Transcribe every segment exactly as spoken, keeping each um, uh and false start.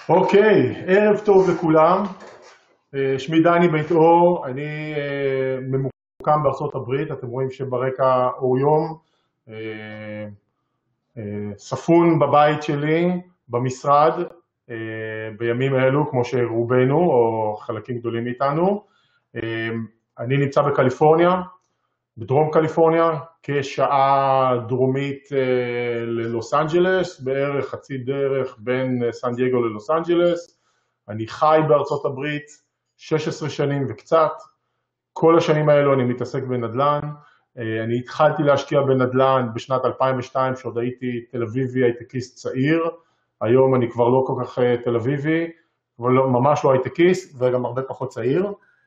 אוקיי, ערב טוב לכולם. אה, שמי דני בית אור, אני אה, ממוקם בארצות הברית. אתם רואים שברקע אור יום. אה, אה, ספון בבית שלי, במשרד, אה, בימים האלו, כמו שרובנו או חלקים גדולים מאיתנו. אה, אני נמצא בקליפורניה, בדרום קליפורניה, כשעה דרומית אה, ללוס אנג'לס, בערך חצי דרך בין אה, סן דייגו ללוס אנג'לס. אני חי בארצות הברית שש עשרה שנים וקצת. כל השנים האלו אני מתעסק בנדל"ן. אה, אני התחלתי להשקיע בנדל"ן בשנת אלפיים ושתיים, שעוד הייתי תל אביבי הייטקיסט צעיר. היום אני כבר לא כל כך אה, תל אביבי, אבל לא, ממש לא הייטקיסט וגם הרבה פחות צעיר.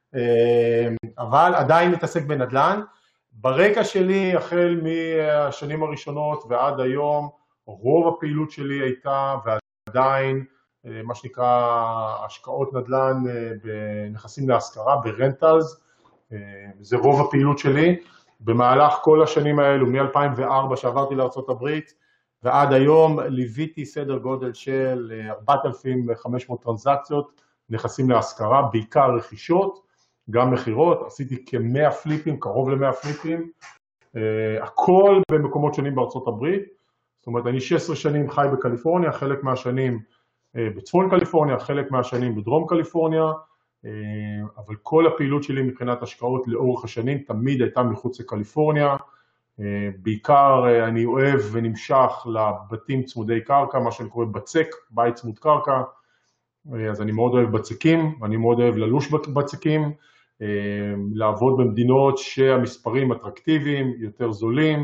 אה, אבל עדיין מתעסק בנדל"ן. ברקע שלי, החל מהשנים הראשונות ועד היום, רוב הפעילות שלי הייתה ועדיין מה שנקרא השקעות נדל"ן בנכסים להשכרה, ברנטלס. זה רוב הפעילות שלי. במהלך כל השנים האלו, מ-אלפיים וארבע שעברתי לארצות הברית ועד היום, ליוויתי סדר גודל של ארבעת אלפים וחמש מאות טרנזקציות, נכסים להשכרה, בעיקר רכישות, גם מחירות. עשיתי כ-מאה פליפים, קרוב ל-מאה פליפים, uh, הכל במקומות שונים בארצות הברית. זאת אומרת, אני שש עשרה שנים חי בקליפורניה, חלק מהשנים uh, בצפון קליפורניה, חלק מהשנים בדרום קליפורניה, uh, אבל כל הפעילות שלי מבחינת השקעות לאורך השנים תמיד הייתה מחוץ לקליפורניה. Uh, בעיקר uh, אני אוהב ונמשך לבתים צמודי קרקע, מה שאני קורא בצק, בית צמוד קרקע. uh, אז אני מאוד אוהב בצקים, אני מאוד אוהב ללוש בצקים, לעבוד במדינות שהמספרים אטרקטיביים, יותר זולים,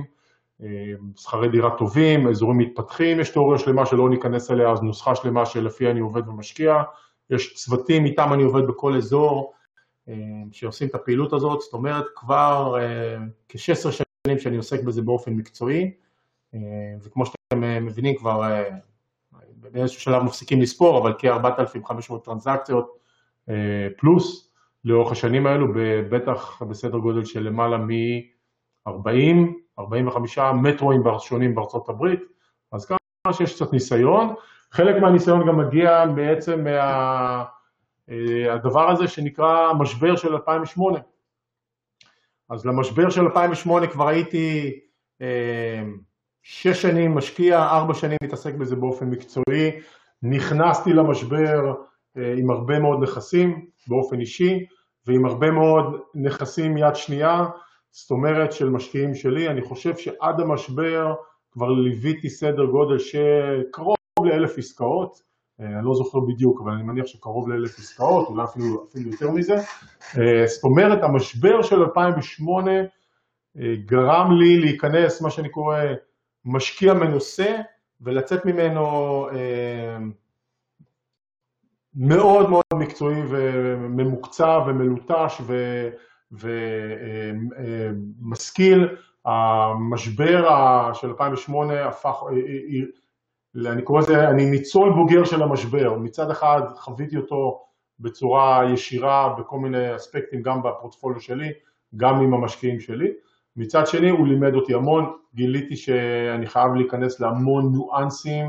שכרי דירה טובים, אזורים מתפתחים. יש תיאוריה שלמה שלא ניכנס אליה, אז נוסחה שלמה שלפי אני עובד ומשקיע. יש צוותים איתם אני עובד בכל אזור שעושים את הפעילות הזאת. זאת אומרת, כבר כ-שש עשרה שנים שאני עוסק בזה באופן מקצועי, וכמו שאתם מבינים כבר באיזשהו שלב מפסיקים לספור, אבל כ-ארבעת אלפים וחמש מאות טרנזקציות פלוס לאורך השנים האלו, בטח בסדר גודל של למעלה מ-ארבעים ארבעים וחמישה מטרואים שונים בארצות הברית. אז כמה שיש קצת ניסיון. חלק מהניסיון גם מגיע בעצם מהדבר הזה שנקרא משבר של אלפיים ושמונה. אז למשבר של אלפיים ושמונה כבר הייתי שש שנים משקיע, ארבע שנים מתעסק בזה באופן מקצועי. נכנסתי למשבר עם הרבה מאוד נכסים באופן אישי, ועם הרבה מאוד נכסים יד שנייה, זאת אומרת של משקיעים שלי. אני חושב שעד המשבר כבר ליוויתי סדר גודל שקרוב לאלף עסקאות, אני לא זוכר בדיוק, אבל אני מניח שקרוב לאלף עסקאות, אולי אפילו, אפילו יותר מזה. זאת אומרת, המשבר של אלפיים ושמונה גרם לי להיכנס, מה שאני קורא, משקיע מנוסה, ולצאת ממנו מאוד מאוד מקצועי וממוקצע ומלוטש ומשכיל. המשבר של אלפיים ושמונה הפך, אני קורא לזה, אני ניצול בוגר של המשבר. מצד אחד חוויתי אותו בצורה ישירה בכל מיני אספקטים, גם בפורטפוליו שלי, גם עם המשקיעים שלי. מצד שני הוא לימד אותי המון, גיליתי שאני חייב להיכנס להמון ניואנסים,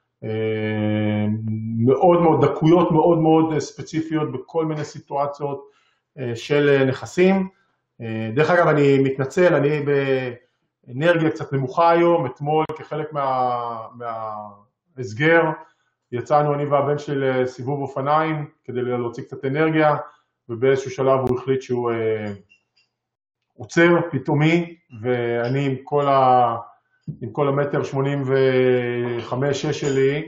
מאוד מאוד דקויות, מאוד מאוד ספציפיות בכל מיני סיטואציות של נכסים. דרך אגב, אני מתנצל, אני באנרגיה קצת נמוכה היום. אתמול כחלק מה, מהסגר יצאנו אני והבן של סיבוב אופניים כדי להוציא קצת אנרגיה, ובאיזשהו שלב הוא החליט שהוא עוצר פתאומי, ואני עם כל ה... עם כל המטר שמונים וחמש שש שלי,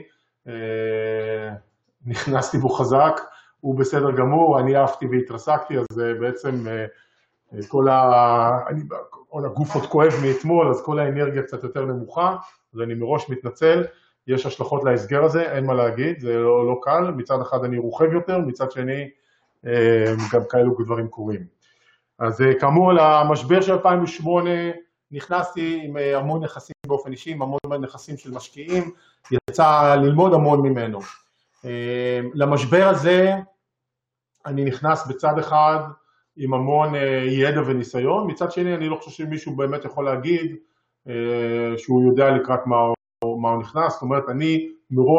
נכנסתי בו חזק. הוא בסדר גמור, אני עפתי והתרסקתי, אז בעצם כל, ה... אני... כל הגוף עוד כואב מאתמול, אז כל האנרגיה קצת יותר נמוכה, אז אני מראש מתנצל. יש השלכות להסגר הזה, אין מה להגיד, זה לא, לא קל. מצד אחד אני רוכב יותר, מצד שני גם כאלו דברים קורים. אז כאמור, למשבר של אלפיים ושמונה, נכנסתי עם המון נכסים באופן אישי, עם המון נכסים של משקיעים, יצא ללמוד המון ממנו. למשבר הזה אני נכנס בצד אחד עם המון ידע וניסיון, מצד שני אני לא חושב שמישהו באמת יכול להגיד שהוא יודע לקראת מה, מה הוא נכנס. זאת אומרת, אני מראש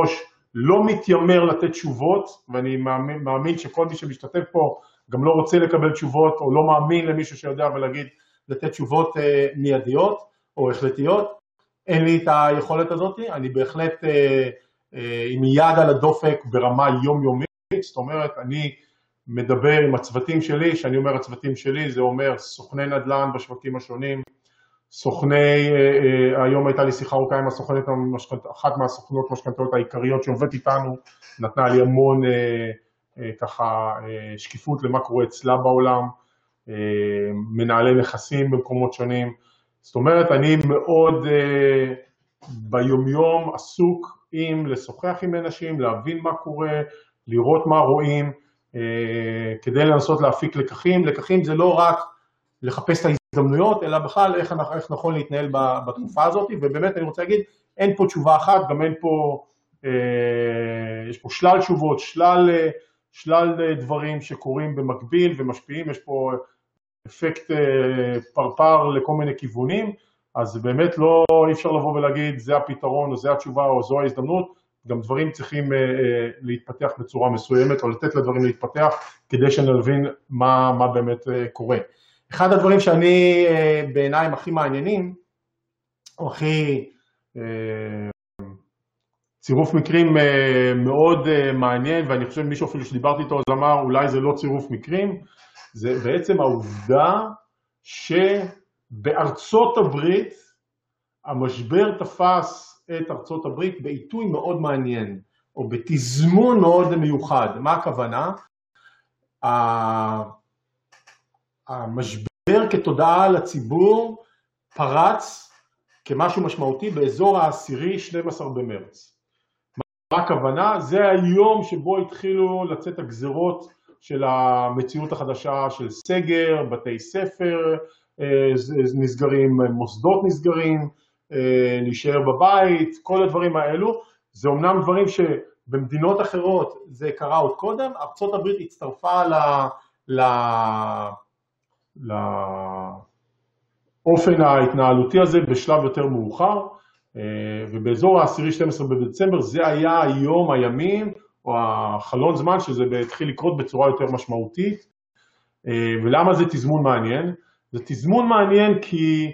לא מתיימר לתת תשובות, ואני מאמין, מאמין שכל מי שמשתתף פה גם לא רוצה לקבל תשובות, או לא מאמין למישהו שיודע ולהגיד, לתת תשובות אה, מיידיות או החלטיות. אין לי את היכולת הזאת, אני בהחלט אה, אה, עם יד על הדופק ברמה יומיומית, זאת אומרת, אני מדבר עם הצוותים שלי, שאני אומר הצוותים שלי, זה אומר סוכני נדל"ן בשווקים השונים, סוכני, היום הייתה לי שיחה ארוכה עם הסוכנת, אחת מהסוכנות משכנתאות העיקריות שעובדת איתנו, נתנה לי המון ככה שקיפות למה קורה אצלה בעולם, מנהלי נכסים במקומות שונים, זאת אומרת אני מאוד ביומיום עסוק עם לשוחח עם אנשים, להבין מה קורה, לראות מה רואים, כדי לנסות להפיק לקחים. לקחים זה לא רק לחפש את ההזדמנויות, אלא בכלל איך, איך נכון להתנהל בתקופה הזאת, ובאמת אני רוצה להגיד, אין פה תשובה אחת, גם אין פה, יש פה שלל תשובות, שלל, שלל דברים שקורים במקביל ומשפיעים, יש פה אפקט פרפר לכל מיני כיוונים, אז באמת לא אי אפשר לבוא ולהגיד זה הפתרון או זה התשובה או זו ההזדמנות, גם דברים צריכים להתפתח בצורה מסוימת או לתת לדברים להתפתח כדי שנבין מה, מה באמת קורה. אחד הדברים שאני בעיניים הכי מעניינים, או הכי צירוף מקרים מאוד מעניין, ואני חושב מישהו אפילו שדיברתי איתו אז אמר אולי זה לא צירוף מקרים, זה בעצם העובדה שבארצות הברית המשבר תפס את ארצות הברית בעיתוי מאוד מעניין, או בתזמון מאוד מיוחד. מה הכוונה? המשבר כתודעה לציבור פרץ כמשהו משמעותי באזור העשירי שנים עשר במרץ. מה הכוונה? זה היום שבו התחילו לצאת הגזרות של המציאות החדשה של סגר, בתי ספר נסגרים, מוסדות נסגרים, להישאר בבית, כל הדברים האלו. זה אומנם דברים שבמדינות אחרות זה קרה עוד קודם, ארצות הברית הצטרפה ל... ל... לאופן ההתנהלותי הזה בשלב יותר מאוחר, ובאזור ה-עשירי שנים עשר בדצמבר זה היה היום הימים, או החלון זמן שזה התחיל לקרות בצורה יותר משמעותית. ולמה זה תזמון מעניין? זה תזמון מעניין כי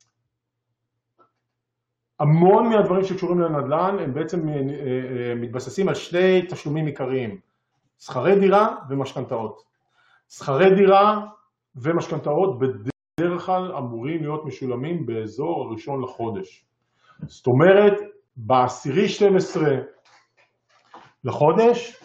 המון מהדברים שקשורים לנדל"ן הם בעצם מתבססים על שני תשלומים עיקריים, שכרי דירה ומשכנתאות. שכרי דירה ומשכנתאות בדרך כלל אמורים להיות משולמים באזור הראשון לחודש. זאת אומרת, בעשירי שתים עשרה לחודש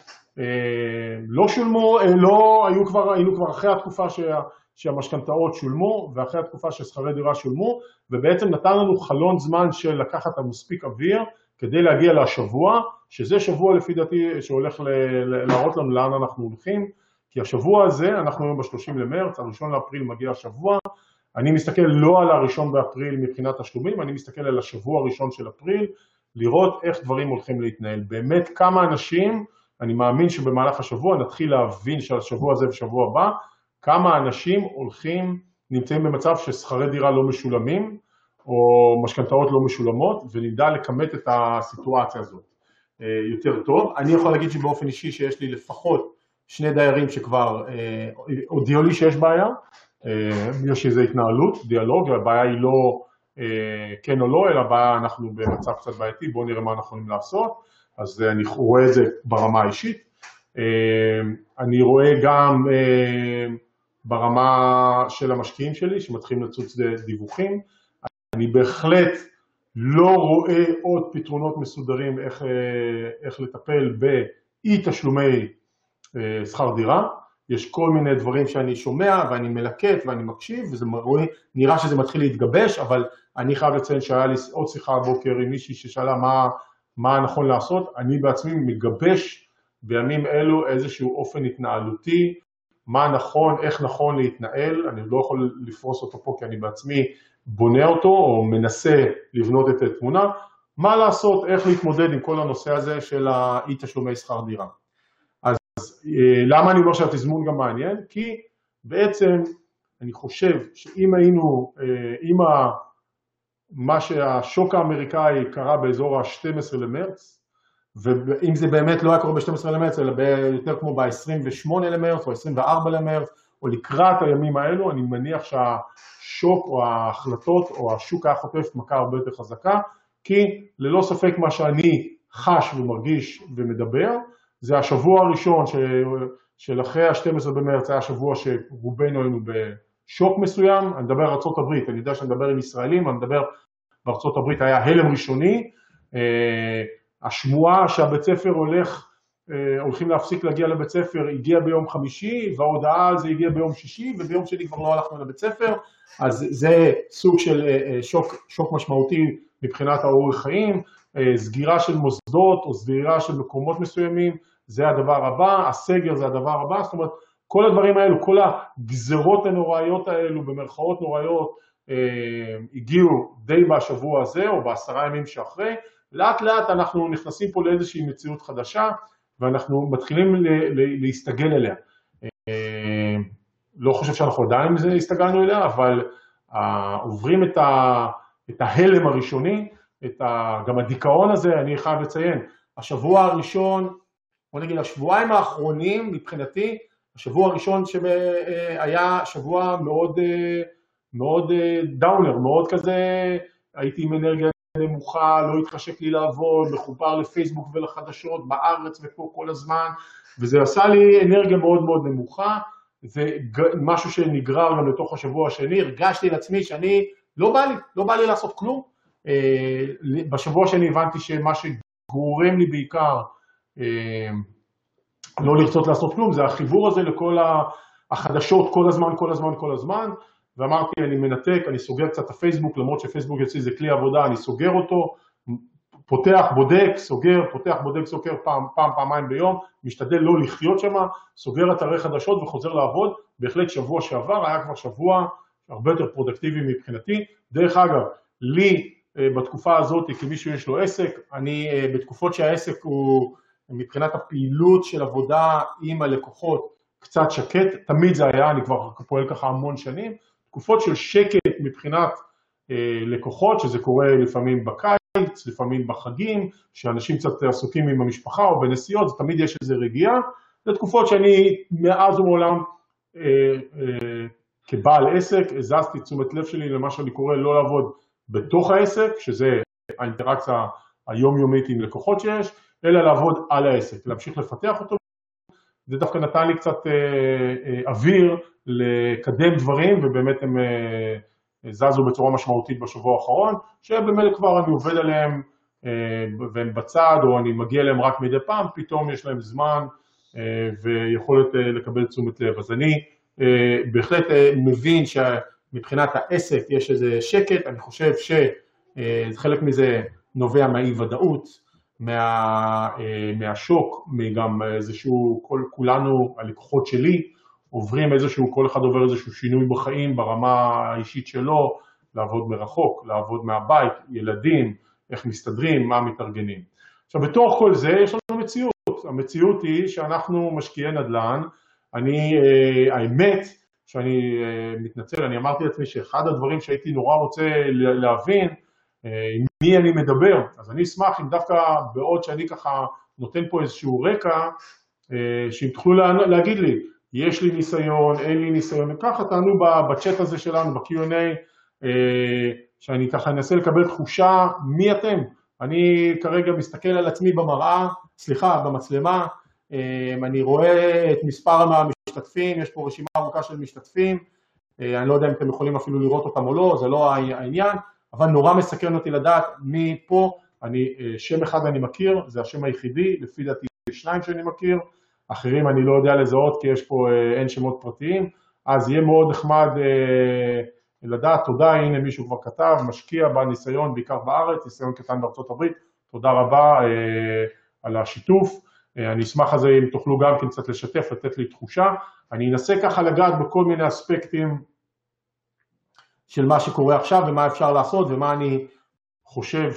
לא שולמו, לא היו כבר, היינו כבר אחרי התקופה שה, שהמשכנתאות שולמו ואחרי התקופה ששכרי דירה שולמו, ובעצם נתן לנו חלון זמן של לקחת מספיק אוויר כדי להגיע לשבוע, שזה שבוע לפי דעתי שהולך להראות לנו לאן אנחנו הולכים, כי השבוע הזה, אנחנו היום ב-שלושים למרץ, הראשון לאפריל מגיע השבוע, אני מסתכל לא על הראשון באפריל מבחינת תשלומים, אני מסתכל על השבוע הראשון של אפריל, לראות איך דברים הולכים להתנהל. באמת כמה אנשים, אני מאמין שבמהלך השבוע נתחיל להבין שהשבוע הזה ושבוע הבא, כמה אנשים הולכים, נמצאים במצב ששכרי דירה לא משולמים, או משכנתאות לא משולמות, ונדע לכמת את הסיטואציה הזאת יותר טוב. אני יכול להגיד שבאופן אישי שיש לי לפחות שני דיירים שכבר הודיעו לי שיש בעיה, יש איזו התנהלות, דיאלוג, הבעיה היא לא כן או לא, אלא הבעיה אנחנו במצב קצת בעייתי, בואו נראה מה אנחנו יכולים לעשות, אז אני רואה את זה ברמה האישית. אני רואה גם ברמה של המשקיעים שלי, שמתחילים לצוץ דיווחים, אני בהחלט לא רואה עוד פתרונות מסודרים איך, איך לטפל באי תשלומי שכר דירה. יש כל מיני דברים שאני שומע ואני מלקט ואני מקשיב, וזה רואה, נראה שזה מתחיל להתגבש, אבל אני חייב לציין שהיה לי עוד שיחה הבוקר עם מישהי ששאלה מה, מה נכון לעשות. אני בעצמי מגבש בימים אלו איזשהו אופן התנהלותי, מה נכון, איך נכון להתנהל. אני לא יכול לפרוס אותו פה כי אני בעצמי בונה אותו או מנסה לבנות את התמונה, מה לעשות, איך להתמודד עם כל הנושא הזה של האי תשלומי שכר דירה. אז למה אני אומר שהתזמון גם מעניין? כי בעצם אני חושב שאם היינו, אם מה שהשוק האמריקאי קרה באזור ה-שנים עשר למרץ, ואם זה באמת לא היה קורה ב-שנים עשר למרץ, אלא יותר כמו ב-עשרים ושמונה למרץ או עשרים וארבעה למרץ, או לקראת הימים האלו, אני מניח שהשוק או ההחלטות או השוק היה חוטף מכה הרבה יותר חזקה, כי ללא ספק מה שאני חש ומרגיש ומדבר, זה השבוע הראשון של אחרי ה-שנים עשר במרץ, היה שבוע שרובנו היינו בשוק מסוים. אני מדבר על ארצות הברית, אני יודע שאני מדבר עם ישראלים, אני מדבר בארצות הברית היה הלם ראשוני, השמועה שהבית ספר הולך, הולכים להפסיק להגיע לבית ספר, הגיע ביום חמישי, וההודעה על זה הגיע ביום שישי, וביום שני כבר לא הלכנו לבית ספר, אז זה סוג של שוק, שוק משמעותי מבחינת האורח חיים, סגירה של מוסדות או סגירה של מקומות מסוימים, זה הדבר הבא, הסגר זה הדבר הבא, זאת אומרת, כל הדברים האלו, כל הגזרות הנוראיות האלו, במרכאות נוראיות, הגיעו די בשבוע הזה או בעשרה ימים שאחרי, לאט לאט אנחנו נכנסים פה לאיזושהי מציאות חדשה, ואנחנו מתחילים להסתגל אליה. לא חושב שאנחנו עדיין הסתגלנו אליה, אבל עוברים את ההלם הראשוני, גם הדיכאון הזה, אני חייב לציין, השבוע הראשון, בוא נגיד, השבועיים האחרונים מבחינתי, השבוע הראשון שהיה שבוע מאוד, מאוד דאונר, מאוד כזה, הייתי עם אנרגיה נמוכה, לא התחשק לי לעבוד, מחובר לפייסבוק ולחדשות בארץ ופה כל הזמן, וזה עשה לי אנרגיה מאוד מאוד נמוכה, ומשהו שנגרר גם לתוך השבוע השני, הרגשתי לעצמי שאני, לא בא לי, לא בא לי לעשות כלום. בשבוע השני הבנתי שמה שגורם לי בעיקר לא לרצות לעשות כלום, זה החיבור הזה לכל החדשות כל הזמן, כל הזמן, כל הזמן, ואמרתי, אני מנתק, אני סוגר קצת את הפייסבוק, למרות שפייסבוק אצלי זה כלי עבודה, אני סוגר אותו, פותח, בודק, סוגר, פותח, בודק, סוגר פעם, פעם, פעמיים ביום, משתדל לא לחיות שם, סוגר אתרי חדשות וחוזר לעבוד. בהחלט שבוע שעבר היה כבר שבוע הרבה יותר פרודקטיבי מבחינתי. דרך אגב, לי בתקופה הזאת, כמישהו יש לו עסק, אני בתקופות שהעסק הוא מבחינת הפעילות של עבודה עם הלקוחות קצת שקט, תמיד זה היה, אני כבר פועל ככה המון שנים, תקופות של שקט מבחינת אה, לקוחות, שזה קורה לפעמים בקיץ, לפעמים בחגים, שאנשים קצת עסוקים עם המשפחה או בנסיעות, זה תמיד יש איזו רגיעה. זה תקופות שאני מאז ומעולם אה, אה, כבעל עסק, הזזתי תשומת לב שלי למה שאני קורא לא לעבוד בתוך העסק, שזה האינטראקציה היומיומית עם לקוחות שיש, אלא לעבוד על העסק, להמשיך לפתח אותו. זה דווקא נתן לי קצת אה, אה, אוויר לקדם דברים, ובאמת הם אה, זזו בצורה משמעותית בשבוע האחרון, שבאמת כבר אני עובד עליהם אה, והם בצד, או אני מגיע אליהם רק מדי פעם, פתאום יש להם זמן אה, ויכולת אה, לקבל תשומת לב. אז אני אה, בהחלט אה, מבין שמבחינת העסק יש איזה שקט, אני חושב שחלק מזה נובע מהאי ודאות, מה, מהשוק, גם איזשהו, כל, כולנו, הלקוחות שלי, עוברים איזשהו, כל אחד עובר איזשהו שינוי בחיים ברמה האישית שלו, לעבוד מרחוק, לעבוד מהבית, ילדים, איך מסתדרים, מה מתארגנים. עכשיו, בתוך כל זה יש לנו מציאות. המציאות היא שאנחנו משקיעי נדל"ן. אני, האמת, שאני מתנצל, אני אמרתי לעצמי שאחד הדברים שהייתי נורא רוצה להבין, עם מי אני מדבר, אז אני אשמח אם דווקא בעוד שאני ככה נותן פה איזשהו רקע, שאם תוכלו להגיד לי, יש לי ניסיון, אין לי ניסיון, וככה תענו בצ'אט הזה שלנו, ב-קיו אנד איי, שאני ככה אנסה לקבל תחושה, מי אתם? אני כרגע מסתכל על עצמי במראה, סליחה, במצלמה, אני רואה את מספר המשתתפים, יש פה רשימה ארוכה של משתתפים, אני לא יודע אם אתם יכולים אפילו לראות אותם או לא, זה לא העניין, אבל נורא מסקרן אותי לדעת מי פה. אני, שם אחד אני מכיר, זה השם היחידי, לפי דעתי שניים שאני מכיר, אחרים אני לא יודע לזהות כי יש פה אין שמות פרטיים, אז יהיה מאוד נחמד לדעת. תודה, הנה מישהו כבר כתב, משקיע בניסיון בעיקר בארץ, ניסיון קטן בארצות הברית, תודה רבה על השיתוף. אני אשמח הזה אם תוכלו גם כן קצת לשתף, לתת לי תחושה. אני אנסה ככה לגעת בכל מיני אספקטים של מה שקורה עכשיו ומה אפשר לעשות ומה אני חושב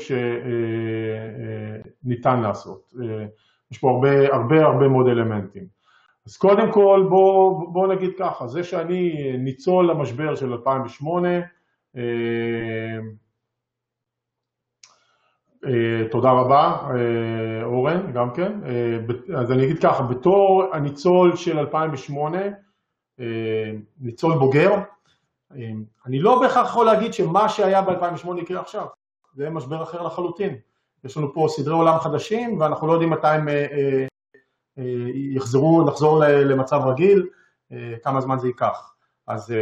שניתן לעשות. יש פה הרבה הרבה הרבה מאוד אלמנטים. אז קודם כל בוא, בוא נגיד ככה, זה שאני ניצול למשבר של אלפיים ושמונה, תודה רבה, אורן, גם כן. אז אני אגיד ככה, בתור הניצול של אלפיים ושמונה, ניצול בוגר, אני לא בהכרח יכול להגיד שמה שהיה ב-אלפיים ושמונה יקרה עכשיו. זה משבר אחר לחלוטין. יש לנו פה סדרי עולם חדשים, ואנחנו לא יודעים מתי הם יחזרו, לחזור למצב רגיל, כמה זמן זה ייקח. אז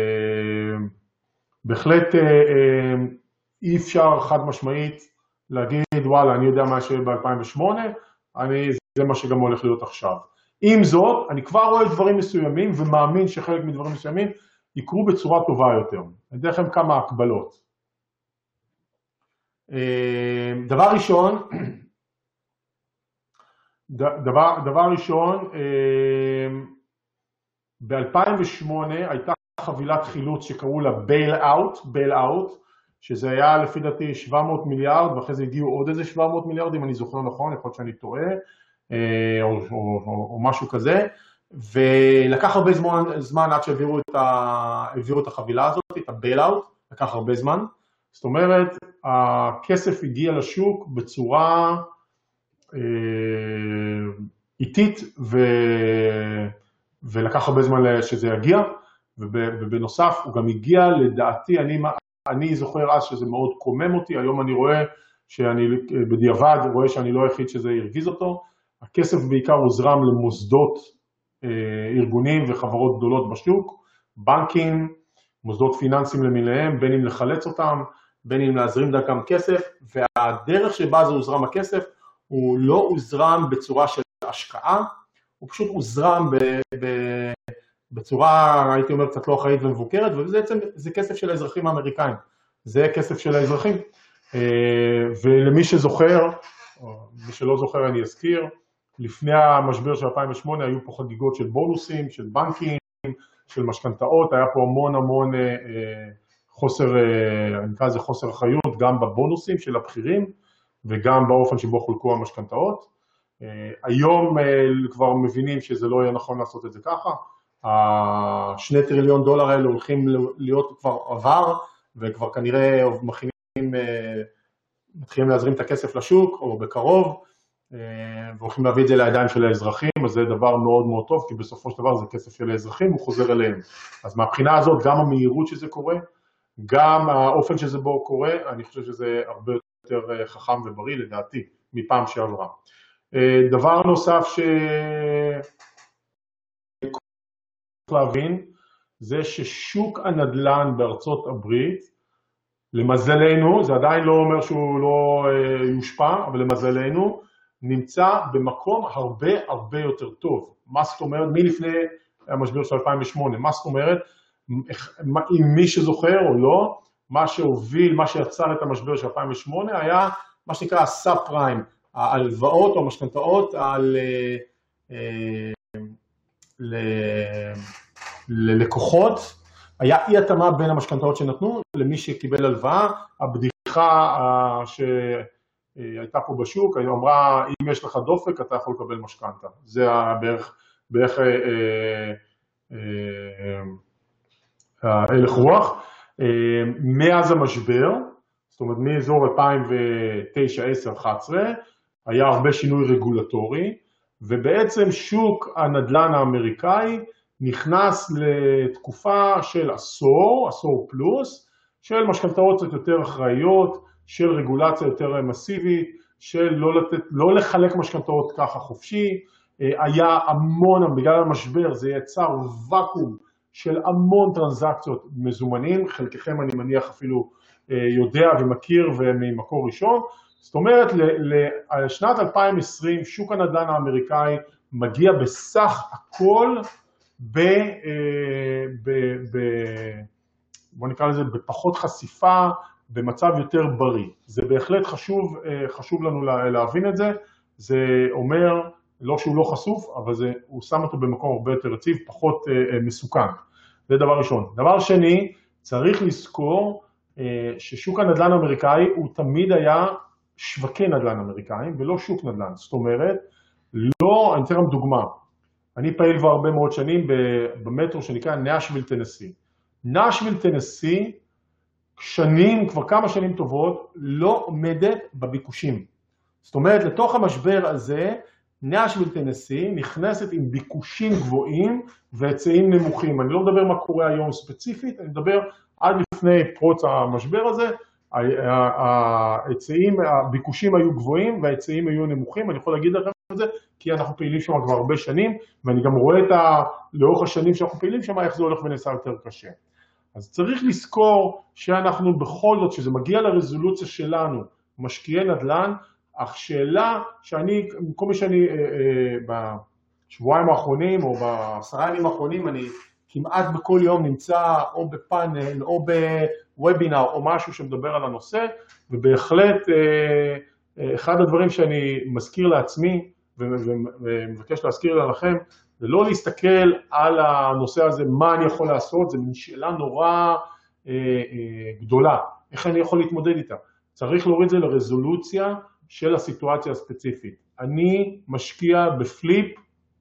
בהחלט אי אפשר חד משמעית להגיד, וואלה, אני יודע מה שהיה ב-אלפיים ושמונה, אני, זה מה שגם הולך להיות עכשיו. עם זאת, אני כבר רואה דברים מסוימים, ומאמין שחלק מדברים מסוימים יקרו בצורה טובה יותר. אני אתן לכם כמה הקבלות. דבר ראשון, דבר, דבר ראשון, ב-אלפיים ושמונה הייתה חבילת חילוץ שקראו לה בייל אאוט, בייל אאוט, שזה היה לפי דעתי שבע מאות מיליארד, ואחרי זה הגיעו עוד איזה שבע מאות מיליארד, אם אני זוכר נכון, יכול להיות שאני טועה, או, או, או, או משהו כזה, ולקח הרבה זמן, זמן עד שהעבירו את, ה, את החבילה הזאת, את הבייל אאוט, לקח הרבה זמן. זאת אומרת, הכסף הגיע לשוק בצורה אה, איטית, ו, ולקח הרבה זמן שזה יגיע, ובנוסף הוא גם הגיע לדעתי, אני, אני זוכר אז שזה מאוד קומם אותי, היום אני רואה שאני בדיעבד רואה שאני לא היחיד שזה ירגיז אותו, הכסף בעיקר הוזרם למוסדות אה, ארגונים וחברות גדולות בשוק, בנקים, מוסדות פיננסיים למיניהם, בין אם לחלץ אותם, בין אם להזרים דרכם כסף, והדרך שבה זה הוזרם הכסף, הוא לא הוזרם בצורה של השקעה, הוא פשוט הוזרם ב, ב, בצורה, הייתי אומר, קצת לא אחראית ומבוקרת, וזה בעצם, זה כסף של האזרחים האמריקאים, זה כסף של האזרחים, ולמי שזוכר, מי שלא זוכר אני אזכיר, לפני המשבר של אלפיים ושמונה היו פה חגיגות של בונוסים, של בנקים, של משכנתאות, היה פה המון המון חוסר, אני נקרא לזה חוסר אחריות, גם בבונוסים של הבכירים, וגם באופן שבו חולקו המשכנתאות. היום כבר מבינים שזה לא יהיה נכון לעשות את זה ככה, השני טריליון דולר האלה הולכים להיות כבר עבר, וכבר כנראה מכינים, מתחילים להזרים את הכסף לשוק, או בקרוב, והולכים להביא את זה לידיים של האזרחים, אז זה דבר מאוד מאוד טוב, כי בסופו של דבר זה כסף של האזרחים, הוא חוזר אליהם. אז מהבחינה הזאת, גם המהירות שזה קורה, גם האופן שזה בו קורה, אני חושב שזה הרבה יותר חכם ובריא לדעתי, מפעם שעברה. דבר נוסף ש... להבין, זה ששוק הנדל"ן בארצות הברית, למזלנו, זה עדיין לא אומר שהוא לא יושפע, אבל למזלנו, נמצא במקום הרבה הרבה יותר טוב. מה זאת אומרת? מלפני המשבר של אלפיים ושמונה, מה זאת אומרת? אם מי שזוכר או לא, מה שהוביל, מה שיצר את המשבר של אלפיים ושמונה, היה מה שנקרא הסאב פריים, ההלוואות או המשכנתאות על... ללקוחות, היה אי התאמה בין המשכנתאות שנתנו למי שקיבל הלוואה. הבדיחה שהייתה פה בשוק, היא אמרה, אם יש לך דופק אתה יכול לקבל משכנתה. זה בערך, בערך הלך רוח. מאז המשבר, זאת אומרת מאזור אלפיים ותשע, עשר, אחת עשרה, היה הרבה שינוי רגולטורי, ובעצם שוק הנדל"ן האמריקאי נכנס לתקופה של עשור, עשור פלוס, של משכנתאות קצת יותר אחראיות, של רגולציה יותר מסיבית, של לא, לתת, לא לחלק משכנתאות ככה חופשי. היה המון, בגלל המשבר זה יצר וקום של המון טרנזקציות מזומנים, חלקכם אני מניח אפילו יודע ומכיר וממקור ראשון. זאת אומרת, לשנת אלפיים ועשרים שוק הנדל"ן האמריקאי מגיע בסך הכל ב, ב, ב, בוא נקרא לזה בפחות חשיפה, במצב יותר בריא. זה בהחלט חשוב, חשוב לנו להבין את זה. זה אומר, לא שהוא לא חשוף, אבל זה, הוא שם אותו במקום הרבה יותר רציב, פחות מסוכן. זה דבר ראשון. דבר שני, צריך לזכור ששוק הנדל"ן האמריקאי הוא תמיד היה שווקי נדל"ן אמריקאים ולא שוק נדל"ן. זאת אומרת, לא, אני אתן לכם דוגמה. אני פעיל כבר הרבה מאוד שנים במטרו שנקרא נשוויל טנסי. נשוויל טנסי, שנים, כבר כמה שנים טובות, לא עומדת בביקושים. זאת אומרת, לתוך המשבר הזה, נאשוויל טנסי נכנסת עם ביקושים גבוהים והיצעים נמוכים. אני לא מדבר מה קורה היום ספציפית, אני מדבר עד לפני פרוץ המשבר הזה, ההיצעים, הביקושים היו גבוהים וההיצעים היו נמוכים. אני יכול להגיד לכם את זה, כי אנחנו פעילים שם כבר הרבה שנים, ואני גם רואה את ה... לאורך השנים שאנחנו פעילים שם, איך זה הולך ונעשה יותר קשה. אז צריך לזכור שאנחנו בכל זאת, שזה מגיע לרזולוציה שלנו, משקיעי נדל"ן, אך שאלה שאני, כל מי שאני אה, אה, בשבועיים האחרונים או בעשרה ימים האחרונים, אני כמעט בכל יום נמצא או בפאנל או בוובינר או משהו שמדבר על הנושא, ובהחלט אה, אה, אחד הדברים שאני מזכיר לעצמי ומבקש להזכיר לכם, זה לא להסתכל על הנושא הזה, מה אני יכול לעשות, זה מין שאלה נורא אה, אה, גדולה, איך אני יכול להתמודד איתה. צריך להוריד את זה לרזולוציה של הסיטואציה הספציפית. אני משקיע בפליפ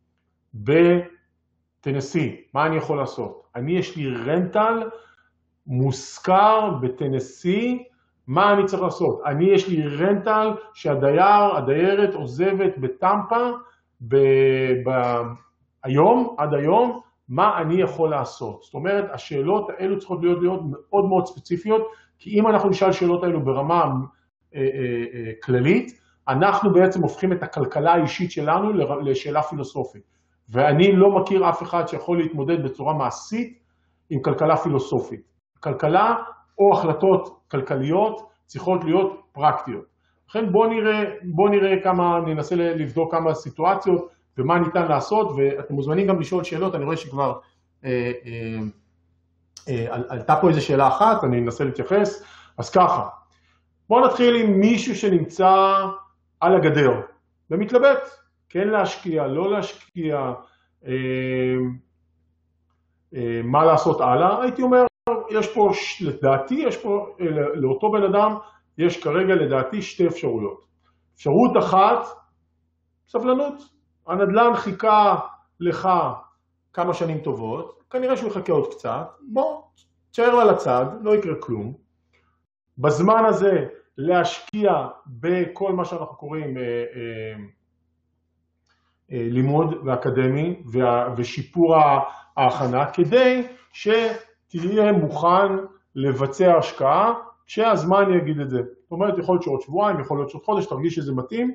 בטנסי, מה אני יכול לעשות? אני יש לי רנטל מושכר בטנסי, מה אני צריך לעשות? אני יש לי רנטל שהדייר, הדיירת עוזבת בטמפה, ב, ב, היום, עד היום, מה אני יכול לעשות? זאת אומרת, השאלות האלו צריכות להיות, להיות מאוד מאוד ספציפיות, כי אם אנחנו נשאל שאלות האלו ברמה אה, אה, אה, כללית, אנחנו בעצם הופכים את הכלכלה האישית שלנו לשאלה פילוסופית. ואני לא מכיר אף אחד שיכול להתמודד בצורה מעשית עם כלכלה פילוסופית. כלכלה או החלטות כלכליות צריכות להיות פרקטיות. לכן בואו נראה, בואו נראה כמה, ננסה לבדוק כמה סיטואציות ומה ניתן לעשות, ואתם מוזמנים גם לשאול שאלות, אני רואה שכבר אה, אה, אה, עלתה פה איזו שאלה אחת, אני אנסה להתייחס. אז ככה, בואו נתחיל עם מישהו שנמצא על הגדר ומתלבט, כן להשקיע, לא להשקיע, אה, אה, מה לעשות הלאה. הייתי אומר, יש פה, לדעתי, יש פה, לאותו בן אדם, יש כרגע לדעתי שתי אפשרויות. אפשרות אחת, סבלנות. הנדל"ן חיכה לך כמה שנים טובות, כנראה שהוא יחכה עוד קצת, בוא, תשאר לה לצד, לא יקרה כלום. בזמן הזה להשקיע בכל מה שאנחנו קוראים אה, אה, אה, לימוד ואקדמי ושיפור ההכנה, כדי שתהיה מוכן לבצע השקעה, כשהזמן יגיד את זה. זאת אומרת, יכול להיות שעוד שבועיים, יכול להיות שעוד חודש, תרגיש שזה מתאים,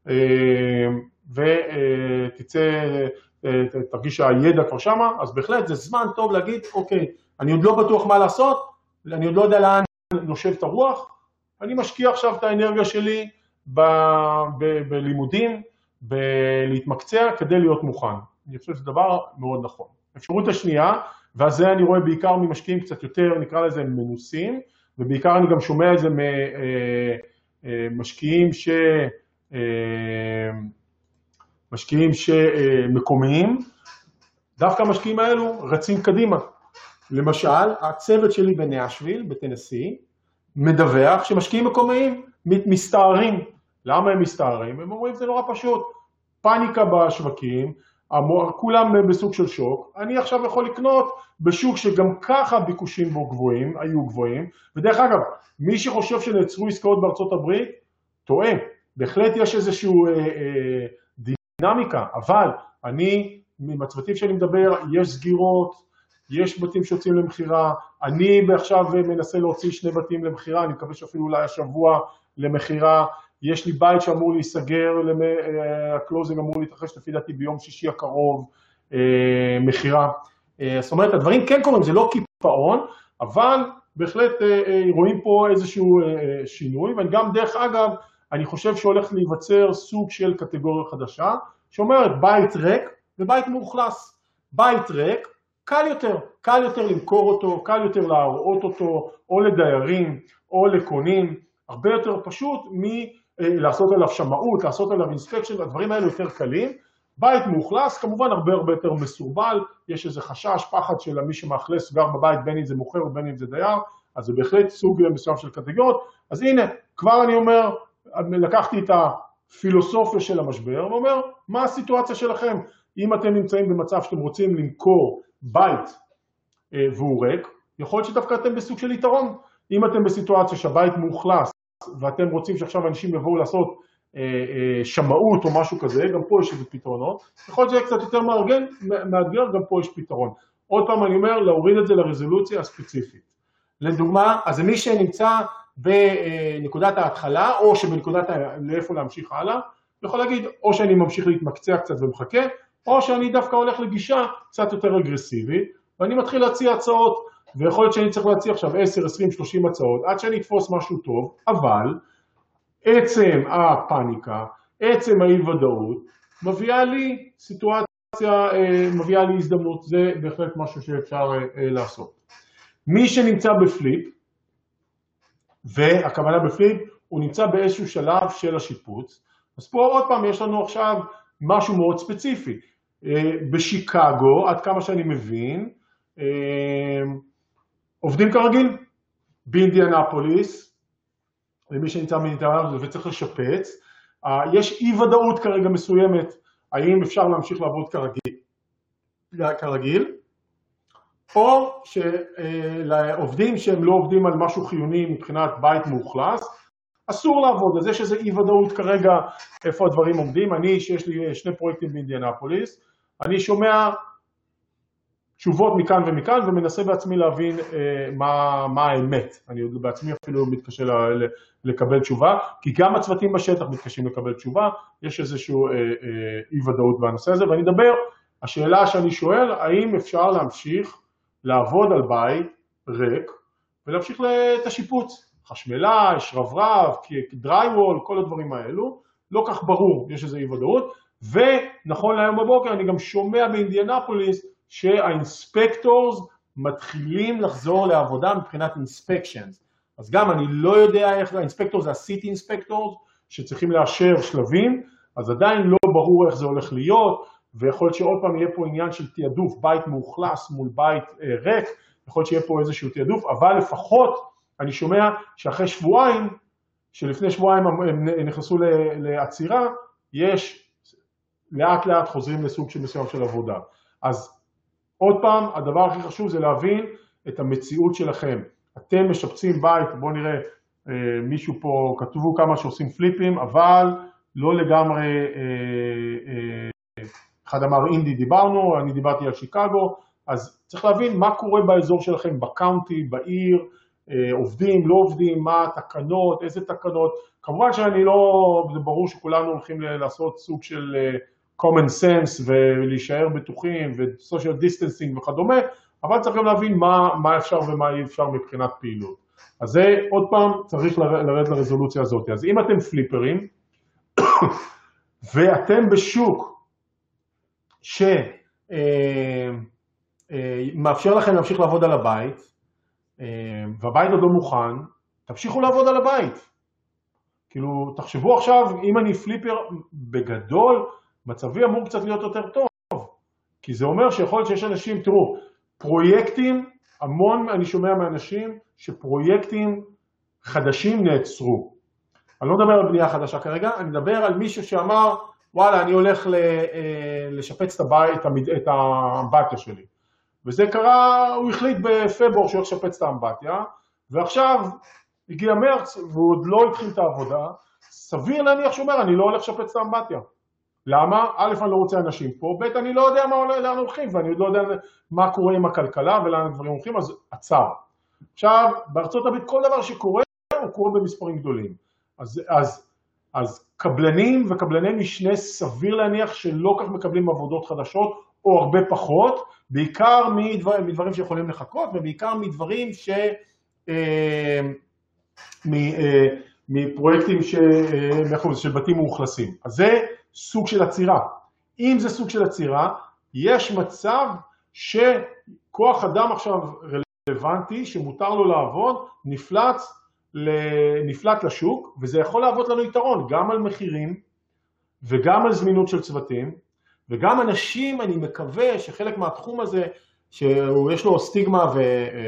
ותצא, תרגיש שהידע כבר שמה, אז בהחלט זה זמן טוב להגיד, אוקיי, אני עוד לא בטוח מה לעשות, אני עוד לא יודע לאן נושב את הרוח, אני משקיע עכשיו את האנרגיה שלי ב- ב- בלימודים, בלהתמקצע כדי להיות מוכן. אני חושב שזה דבר מאוד נכון. אפשרות השנייה, ואז זה אני רואה בעיקר ממשקיעים קצת יותר, נקרא לזה מנוסים, ובעיקר אני גם שומע את זה ממשקיעים ש... משקיעים שמקומיים, דווקא המשקיעים האלו רצים קדימה. למשל, הצוות שלי בנאשוויל, בטנסי, מדווח שמשקיעים מקומיים מסתערים. למה הם מסתערים? הם אומרים זה נורא פשוט. פאניקה בשווקים, כולם בסוג של שוק, אני עכשיו יכול לקנות בשוק שגם ככה ביקושים בו גבוהים, היו גבוהים, ודרך אגב, מי שחושב שנעצרו עסקאות בארצות הברית, טועה. בהחלט יש איזושהי אה, אה, דינמיקה, אבל אני, מהצוותים שאני מדבר, יש סגירות, יש בתים שיוצאים למחירה, אני עכשיו מנסה להוציא שני בתים למחירה, אני מקווה שאפילו אולי השבוע למחירה, יש לי בית שאמור להיסגר, הקלוזינג אמור להתרחש לפי דעתי ביום שישי הקרוב, אה, מחירה. אה, זאת אומרת, הדברים כן קורים, זה לא קיפאון, אבל בהחלט אה, אה, רואים פה איזשהו אה, שינוי, וגם דרך אגב, אני חושב שהולך להיווצר סוג של קטגוריה חדשה, שאומרת בית ריק ובית מאוכלס. בית ריק, קל יותר, קל יותר למכור אותו, קל יותר להראות אותו, או לדיירים, או לקונים, הרבה יותר פשוט מלעשות עליו שמאות, לעשות עליו אינספקשן, הדברים האלו יותר קלים. בית מאוכלס, כמובן הרבה הרבה יותר מסורבל, יש איזה חשש, פחד של מי שמאכלס גר בבית, בין אם זה מוכר או בין אם זה דייר, אז זה בהחלט סוג מסוים של קטגוריות. אז הנה, כבר אני אומר, לקחתי את הפילוסופיה של המשבר, ואומר, מה הסיטואציה שלכם? אם אתם נמצאים במצב שאתם רוצים למכור בית והוא ריק, יכול להיות שדווקא אתם בסוג של יתרון. אם אתם בסיטואציה שהבית מאוכלס, ואתם רוצים שעכשיו אנשים יבואו לעשות אה, אה, שמאות או משהו כזה, גם פה יש איזה פתרונות. יכול להיות שזה קצת יותר מארגן, מאתגר, גם פה יש פתרון. עוד פעם אני אומר, להוריד את זה לרזולוציה הספציפית. לדוגמה, אז מי שנמצא בנקודת ההתחלה, או שבנקודת לאיפה להמשיך הלאה, יכול להגיד, או שאני ממשיך להתמקצע קצת ומחכה, או שאני דווקא הולך לגישה קצת יותר אגרסיבית, ואני מתחיל להציע הצעות, ויכול להיות שאני צריך להציע עכשיו עשר, עשרים, שלושים הצעות, עד שאני אתפוס משהו טוב, אבל עצם הפאניקה, עצם האי-ודאות, מביאה לי סיטואציה, מביאה לי הזדמנות, זה בהחלט משהו שאפשר לעשות. מי שנמצא בפליפ, והכוונה בפליפ, הוא נמצא באיזשהו שלב של השיפוץ, אז פה עוד פעם יש לנו עכשיו משהו מאוד ספציפי. בשיקגו, עד כמה שאני מבין, עובדים כרגיל, באינדיאנפוליס, למי שנמצא באינדיאנפוליס וצריך לשפץ, יש אי ודאות כרגע מסוימת, האם אפשר להמשיך לעבוד כרגיל, כרגיל, או שלעובדים שהם לא עובדים על משהו חיוני מבחינת בית מאוכלס, אסור לעבוד, אז יש איזו אי ודאות כרגע איפה הדברים עומדים. אני, שיש לי שני פרויקטים באינדיאנפוליס, אני שומע תשובות מכאן ומכאן ומנסה בעצמי להבין אה, מה, מה האמת. אני בעצמי אפילו מתקשה לקבל תשובה, כי גם הצוותים בשטח מתקשים לקבל תשובה, יש איזשהו אה, אה, אי ודאות בנושא הזה, ואני אדבר, השאלה שאני שואל, האם אפשר להמשיך לעבוד על בית ריק ולהמשיך את השיפוץ? חשמלה, שרברב, דרייוול, כל הדברים האלו, לא כך ברור, יש איזו אי ודאות, ונכון להיום בבוקר אני גם שומע באינדיאנפוליס שהאינספקטורס מתחילים לחזור לעבודה מבחינת אינספקשנס. אז גם אני לא יודע איך, האינספקטורס זה הסיטי אינספקטורס שצריכים לאשר שלבים, אז עדיין לא ברור איך זה הולך להיות, ויכול להיות שעוד פעם יהיה פה עניין של תיעדוף, בית מאוכלס מול בית אה, ריק, יכול להיות שיהיה פה איזשהו תיעדוף, אבל לפחות אני שומע שאחרי שבועיים, שלפני שבועיים הם נכנסו לעצירה, יש לאט לאט חוזרים לסוג של מסוים של עבודה. אז עוד פעם, הדבר הכי חשוב זה להבין את המציאות שלכם. אתם משפצים בית, בואו נראה, מישהו פה כתבו כמה שעושים פליפים, אבל לא לגמרי, אחד אמר אינדי דיברנו, אני דיברתי על שיקגו, אז צריך להבין מה קורה באזור שלכם, בקאונטי, בעיר, עובדים, לא עובדים, מה התקנות, איזה תקנות. כמובן שאני לא, זה ברור שכולנו הולכים לעשות סוג של common sense ולהישאר בטוחים ו-social distancing וכדומה, אבל צריך גם להבין מה, מה אפשר ומה אי אפשר מבחינת פעילות. אז זה עוד פעם צריך לרדת לרזולוציה הזאת. אז אם אתם פליפרים ואתם בשוק שמאפשר לכם להמשיך לעבוד על הבית, והבית עוד לא מוכן, תמשיכו לעבוד על הבית. כאילו, תחשבו עכשיו, אם אני פליפר בגדול, מצבי אמור קצת להיות יותר טוב. כי זה אומר שיכול להיות שיש אנשים, תראו, פרויקטים, המון אני שומע מאנשים שפרויקטים חדשים נעצרו. אני לא מדבר על בנייה חדשה כרגע, אני מדבר על מישהו שאמר, וואלה, אני הולך לשפץ את הבית, את האמבטיה שלי. וזה קרה, הוא החליט בפברואר שהוא הולך לשפץ את האמבטיה, ועכשיו הגיע מרץ והוא עוד לא התחיל את העבודה, סביר להניח שאומר, אני לא הולך לשפץ את האמבטיה. למה? א', אני לא רוצה אנשים פה, ב', אני לא יודע מה, לאן הולכים, ואני עוד לא יודע מה קורה עם הכלכלה ולאן הדברים הולכים, אז עצר. עכשיו, בארצות הברית כל דבר שקורה, הוא קורה במספרים גדולים. אז, אז, אז קבלנים וקבלני משנה סביר להניח שלא כך מקבלים עבודות חדשות, או הרבה פחות, בעיקר מדבר, מדברים שיכולים לחכות, ובעיקר מדברים ש... מפרויקטים ש... של בתים מאוכלסים. אז זה סוג של עצירה. אם זה סוג של עצירה, יש מצב שכוח אדם עכשיו רלוונטי, שמותר לו לעבוד, נפלט, נפלט לשוק, וזה יכול לעבוד לנו יתרון, גם על מחירים, וגם על זמינות של צוותים, וגם אנשים, אני מקווה שחלק מהתחום הזה, שיש לו סטיגמה ו...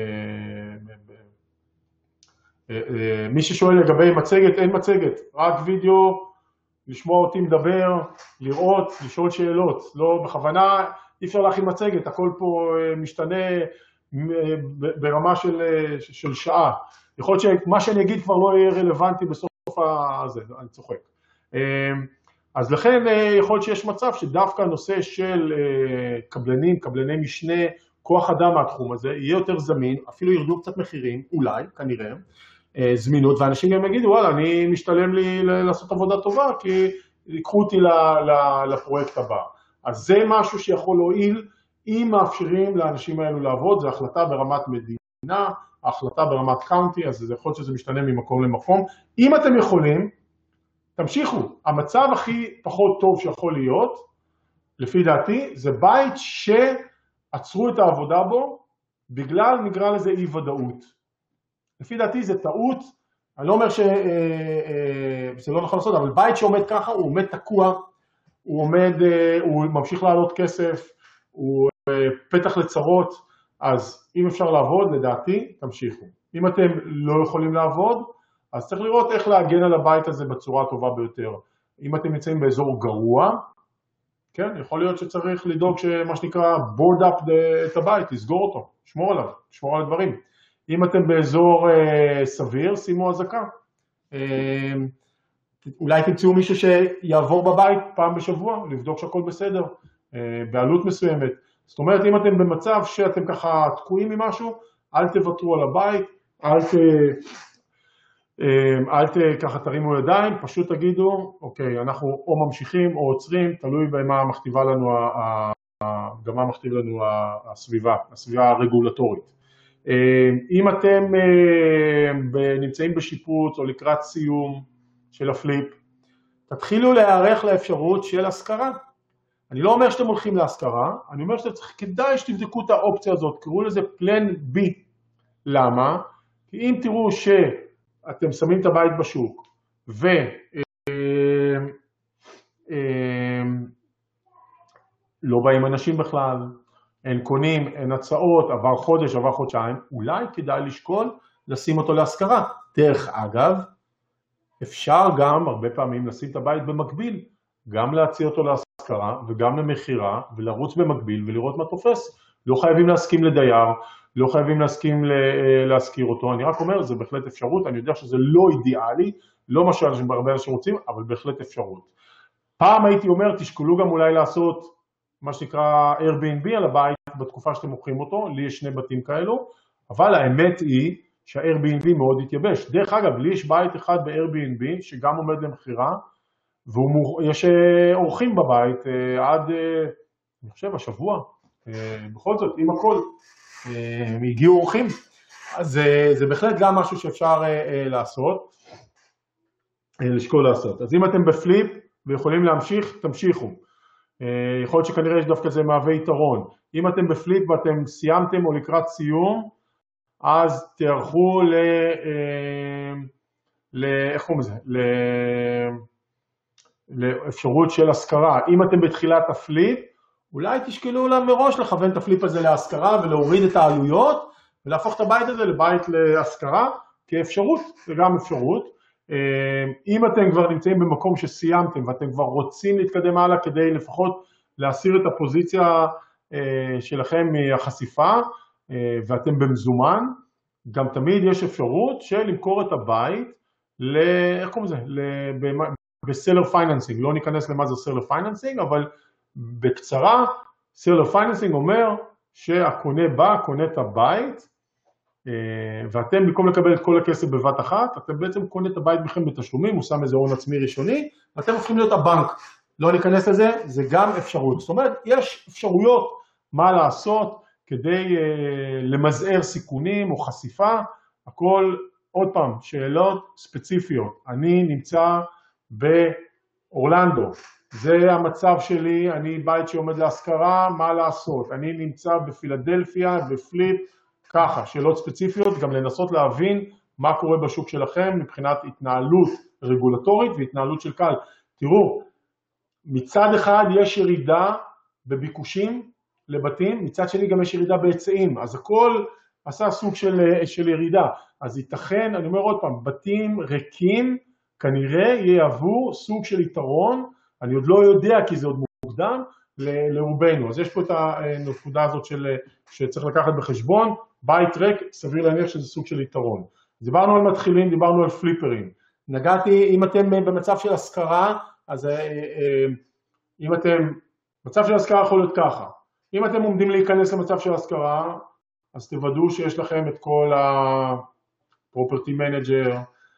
מי ששואל לגבי מצגת, אין מצגת, רק וידאו, לשמוע אותי מדבר, לראות, לשאול שאלות, לא בכוונה, אי אפשר להכין מצגת, הכל פה משתנה ברמה של, של שעה. יכול להיות שמה שאני אגיד כבר לא יהיה רלוונטי בסוף הזה, אני צוחק. אז לכן יכול להיות שיש מצב שדווקא הנושא של קבלנים, קבלני משנה, כוח אדם מהתחום הזה, יהיה יותר זמין, אפילו ירדו קצת מחירים, אולי, כנראה, זמינות, ואנשים גם יגידו, וואלה, אני משתלם לי לעשות עבודה טובה, כי ייקחו אותי לפרויקט הבא. אז זה משהו שיכול להועיל, אם מאפשרים לאנשים האלו לעבוד, זו החלטה ברמת מדינה, ההחלטה ברמת קאונטי, אז זה יכול להיות שזה משתנה ממקום למקום. אם אתם יכולים, תמשיכו. המצב הכי פחות טוב שיכול להיות, לפי דעתי, זה בית שעצרו את העבודה בו, בגלל נקרא לזה אי ודאות. לפי דעתי זה טעות, אני לא אומר שזה לא נכון לעשות, אבל בית שעומד ככה, הוא עומד תקוע, הוא עומד, הוא ממשיך לעלות כסף, הוא פתח לצרות, אז אם אפשר לעבוד, לדעתי, תמשיכו. אם אתם לא יכולים לעבוד, אז צריך לראות איך להגן על הבית הזה בצורה הטובה ביותר. אם אתם נמצאים באזור גרוע, כן, יכול להיות שצריך לדאוג שמה שנקרא board up את הבית, לסגור אותו, לשמור עליו, לשמור על הדברים. אם אתם באזור אה, סביר, שימו אזעקה. אה, אולי תמצאו מישהו שיעבור בבית פעם בשבוע, לבדוק שהכל בסדר, אה, בעלות מסוימת. זאת אומרת, אם אתם במצב שאתם ככה תקועים ממשהו, אל תוותרו על הבית, אל, ת, אה, אל ת, ככה תרימו ידיים, פשוט תגידו, אוקיי, אנחנו או ממשיכים או עוצרים, תלוי במה מכתיבה לנו, גם מה מכתיב לנו הסביבה, הסביבה הרגולטורית. אם אתם נמצאים בשיפוץ או לקראת סיום של הפליפ, תתחילו להיערך לאפשרות של השכרה. אני לא אומר שאתם הולכים להשכרה, אני אומר שכדאי שתבדקו את האופציה הזאת, קראו לזה פלן בי. למה? כי אם תראו שאתם שמים את הבית בשוק, ו... לא באים אנשים בכלל, אין קונים, אין הצעות, עבר חודש, עבר חודשיים, אולי כדאי לשקול לשים אותו להשכרה. דרך אגב, אפשר גם הרבה פעמים לשים את הבית במקביל, גם להציע אותו להשכרה וגם למחירה, ולרוץ במקביל ולראות מה תופס. לא חייבים להסכים לדייר, לא חייבים להסכים להשכיר אותו, אני רק אומר, זה בהחלט אפשרות, אני יודע שזה לא אידיאלי, לא מה שהרבה אנשים רוצים, אבל בהחלט אפשרות. פעם הייתי אומר, תשקלו גם אולי לעשות מה שנקרא Airbnb על הבית בתקופה שאתם מוכרים אותו, לי יש שני בתים כאלו, אבל האמת היא שה-Airbnb מאוד התייבש. דרך אגב, לי יש בית אחד ב-Airbnb שגם עומד למחירה, ויש אורחים בבית עד, אני חושב, השבוע, בכל זאת, עם הכל, הגיעו אורחים, אז זה, זה בהחלט גם משהו שאפשר לעשות, לשקול לעשות. אז אם אתם בפליפ ויכולים להמשיך, תמשיכו. יכול להיות שכנראה יש דווקא זה מהווה יתרון. אם אתם בפליפ ואתם סיימתם או לקראת סיום, אז תערכו ל... ל... איך קוראים לזה? ל... לאפשרות של השכרה. אם אתם בתחילת הפליפ, אולי תשקלו לה מראש לכוון את הפליפ הזה להשכרה ולהוריד את העלויות, ולהפוך את הבית הזה לבית להשכרה כאפשרות, זה גם אפשרות. אם אתם כבר נמצאים במקום שסיימתם ואתם כבר רוצים להתקדם הלאה כדי לפחות להסיר את הפוזיציה שלכם מהחשיפה ואתם במזומן, גם תמיד יש אפשרות של למכור את הבית ל... איך קוראים לזה? בסלר פייננסינג. לא ניכנס למה זה סלר פייננסינג, אבל בקצרה, סלר פייננסינג אומר שהקונה בא, קונה את הבית, ואתם במקום לקבל את כל הכסף בבת אחת, אתם בעצם קונה את הבית בכם בתשלומים, הוא שם איזה הון עצמי ראשוני, ואתם הופכים להיות הבנק. לא ניכנס לזה, זה גם אפשרות. זאת אומרת, יש אפשרויות מה לעשות כדי למזער סיכונים או חשיפה, הכל, עוד פעם, שאלות ספציפיות. אני נמצא באורלנדו, זה המצב שלי, אני בית שעומד להשכרה, מה לעשות? אני נמצא בפילדלפיה, בפליפ, ככה, שאלות ספציפיות, גם לנסות להבין מה קורה בשוק שלכם מבחינת התנהלות רגולטורית והתנהלות של קהל. תראו, מצד אחד יש ירידה בביקושים לבתים, מצד שני גם יש ירידה בהיצעים, אז הכל עשה סוג של, של ירידה. אז ייתכן, אני אומר עוד פעם, בתים ריקים כנראה יהוו סוג של יתרון, אני עוד לא יודע כי זה עוד מוקדם, לרובנו. אז יש פה את הנקודה הזאת של, שצריך לקחת בחשבון, בית ריק, סביר להניח שזה סוג של יתרון. דיברנו על מתחילים, דיברנו על פליפרים. נגעתי, אם אתם במצב של השכרה, אז אם אתם, מצב של השכרה יכול להיות ככה. אם אתם עומדים להיכנס למצב של השכרה, אז תוודאו שיש לכם את כל ה-property manager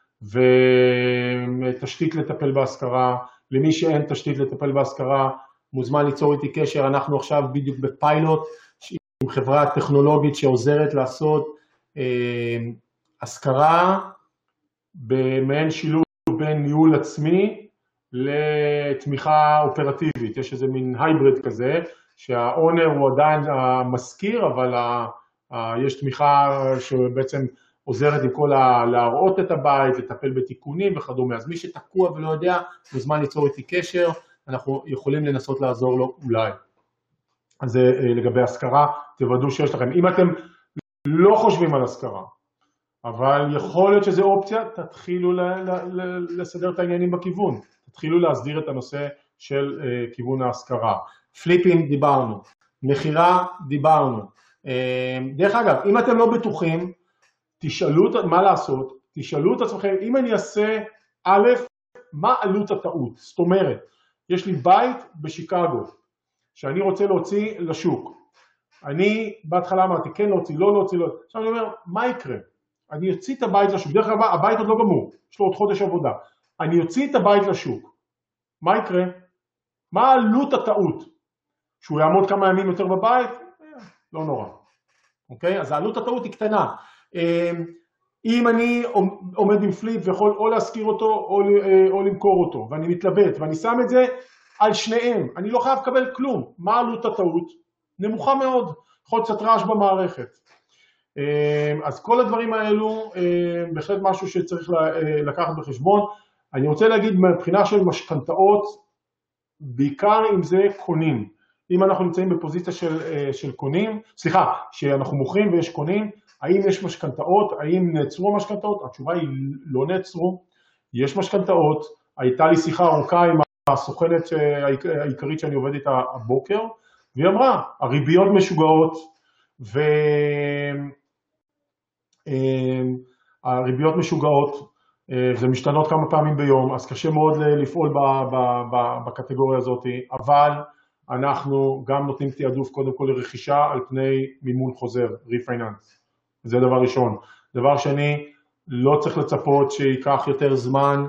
ותשתית לטפל בהשכרה. למי שאין תשתית לטפל בהשכרה, מוזמן ליצור איתי קשר. אנחנו עכשיו בדיוק בפיילוט עם חברה טכנולוגית שעוזרת לעשות אה, השכרה במעין שילוב בין ניהול עצמי לתמיכה אופרטיבית. יש איזה מין הייבריד כזה, שהאונר הוא עדיין המשכיר, אבל ה, ה, יש תמיכה שבעצם עוזרת עם כל ה, להראות את הבית, לטפל בתיקונים וכדומה. אז מי שתקוע ולא יודע, מוזמן ליצור איתי קשר, אנחנו יכולים לנסות לעזור לו אולי. אז זה לגבי השכרה, תוודאו שיש לכם. אם אתם לא חושבים על השכרה, אבל יכול להיות שזה אופציה, תתחילו ל, ל, ל, לסדר את העניינים בכיוון. תתחילו להסדיר את הנושא של uh, כיוון ההשכרה. פליפים דיברנו, מחירה דיברנו. Uh, דרך אגב, אם אתם לא בטוחים, תשאלו מה לעשות, תשאלו את עצמכם, אם אני אעשה א', מה עלות הטעות? זאת אומרת, יש לי בית בשיקגו, שאני רוצה להוציא לשוק. אני בהתחלה אמרתי, כן להוציא, לא להוציא, לא. עכשיו אני אומר, מה יקרה? אני אוציא את הבית לשוק, דרך אגב, הבית עוד לא גמור, יש לו עוד חודש עבודה. אני אוציא את הבית לשוק, מה יקרה? מה עלות הטעות? שהוא יעמוד כמה ימים יותר בבית? לא נורא. אוקיי? אז העלות הטעות היא קטנה. אם אני עומד עם פליפ ויכול או להשכיר אותו או, או למכור אותו, ואני מתלבט, ואני שם את זה על שניהם, אני לא חייב לקבל כלום. מה עלות הטעות? נמוכה מאוד, יכול להיות קצת רעש במערכת. אז כל הדברים האלו, בהחלט משהו שצריך לקחת בחשבון. אני רוצה להגיד מבחינה של משכנתאות, בעיקר אם זה קונים. אם אנחנו נמצאים בפוזיציה של, של קונים, סליחה, שאנחנו מוכרים ויש קונים, האם יש משכנתאות, האם נעצרו המשכנתאות? התשובה היא לא נעצרו, יש משכנתאות. הייתה לי שיחה ארוכה עם הסוכנת העיקרית שאני עובד איתה הבוקר, והיא אמרה, הריביות משוגעות, והריביות משוגעות, זה משתנות כמה פעמים ביום, אז קשה מאוד לפעול בקטגוריה הזאת, אבל אנחנו גם נותנים תיעדוף קודם כל לרכישה על פני מימון חוזר, ריפייננס. זה דבר ראשון. דבר שני, לא צריך לצפות שיקח יותר זמן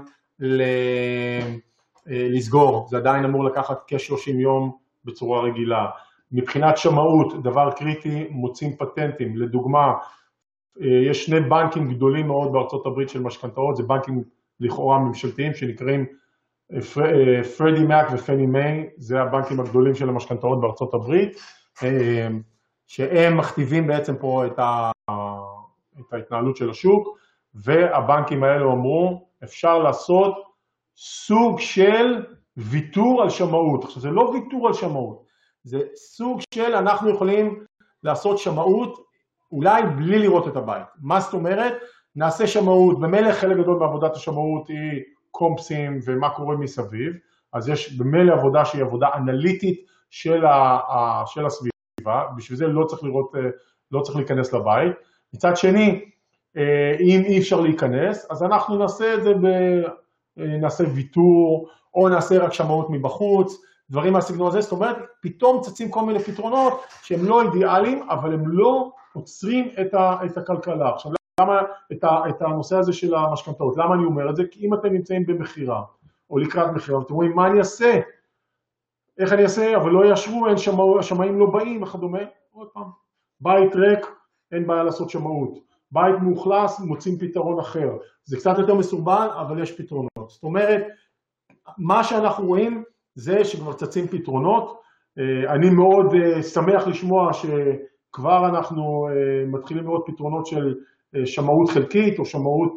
לסגור, זה עדיין אמור לקחת כ-שלושים יום בצורה רגילה. מבחינת שמאות, דבר קריטי, מוצאים פטנטים. לדוגמה, יש שני בנקים גדולים מאוד בארצות הברית של משכנתאות, זה בנקים לכאורה ממשלתיים שנקראים פרדי מק ופני מיי, זה הבנקים הגדולים של המשכנתאות בארצות הברית, שהם מכתיבים בעצם פה את, ה, את ההתנהלות של השוק, והבנקים האלו אמרו, אפשר לעשות סוג של ויתור על שמאות. עכשיו זה לא ויתור על שמאות, זה סוג של אנחנו יכולים לעשות שמאות אולי בלי לראות את הבית. מה זאת אומרת? נעשה שמאות, במילא חלק גדול בעבודת השמאות היא קומפסים ומה קורה מסביב, אז יש במילא עבודה שהיא עבודה אנליטית של, ה, של הסביבה, בשביל זה לא צריך לראות, לא צריך להיכנס לבית. מצד שני, אם אי אפשר להיכנס, אז אנחנו נעשה את זה, ב, נעשה ויתור, או נעשה רק שמאות מבחוץ, דברים מהסגנון הזה. זאת אומרת, פתאום צצים כל מיני פתרונות שהם לא אידיאליים, אבל הם לא עוצרים את, ה, את הכלכלה. עכשיו, למה את, ה, את הנושא הזה של המשכנתאות? למה אני אומר את זה? כי אם אתם נמצאים במחירה, או לקראת מחירה, ואתם רואים, מה אני אעשה? איך אני אעשה? אבל לא יאשרו, אין שמאות, השמאים לא באים וכדומה. עוד פעם, בית ריק, אין בעיה לעשות שמאות. בית מאוכלס, מוצאים פתרון אחר. זה קצת יותר מסורבל, אבל יש פתרונות. זאת אומרת, מה שאנחנו רואים זה שכבר צצים פתרונות. אני מאוד שמח לשמוע שכבר אנחנו מתחילים לראות פתרונות של שמאות חלקית או שמאות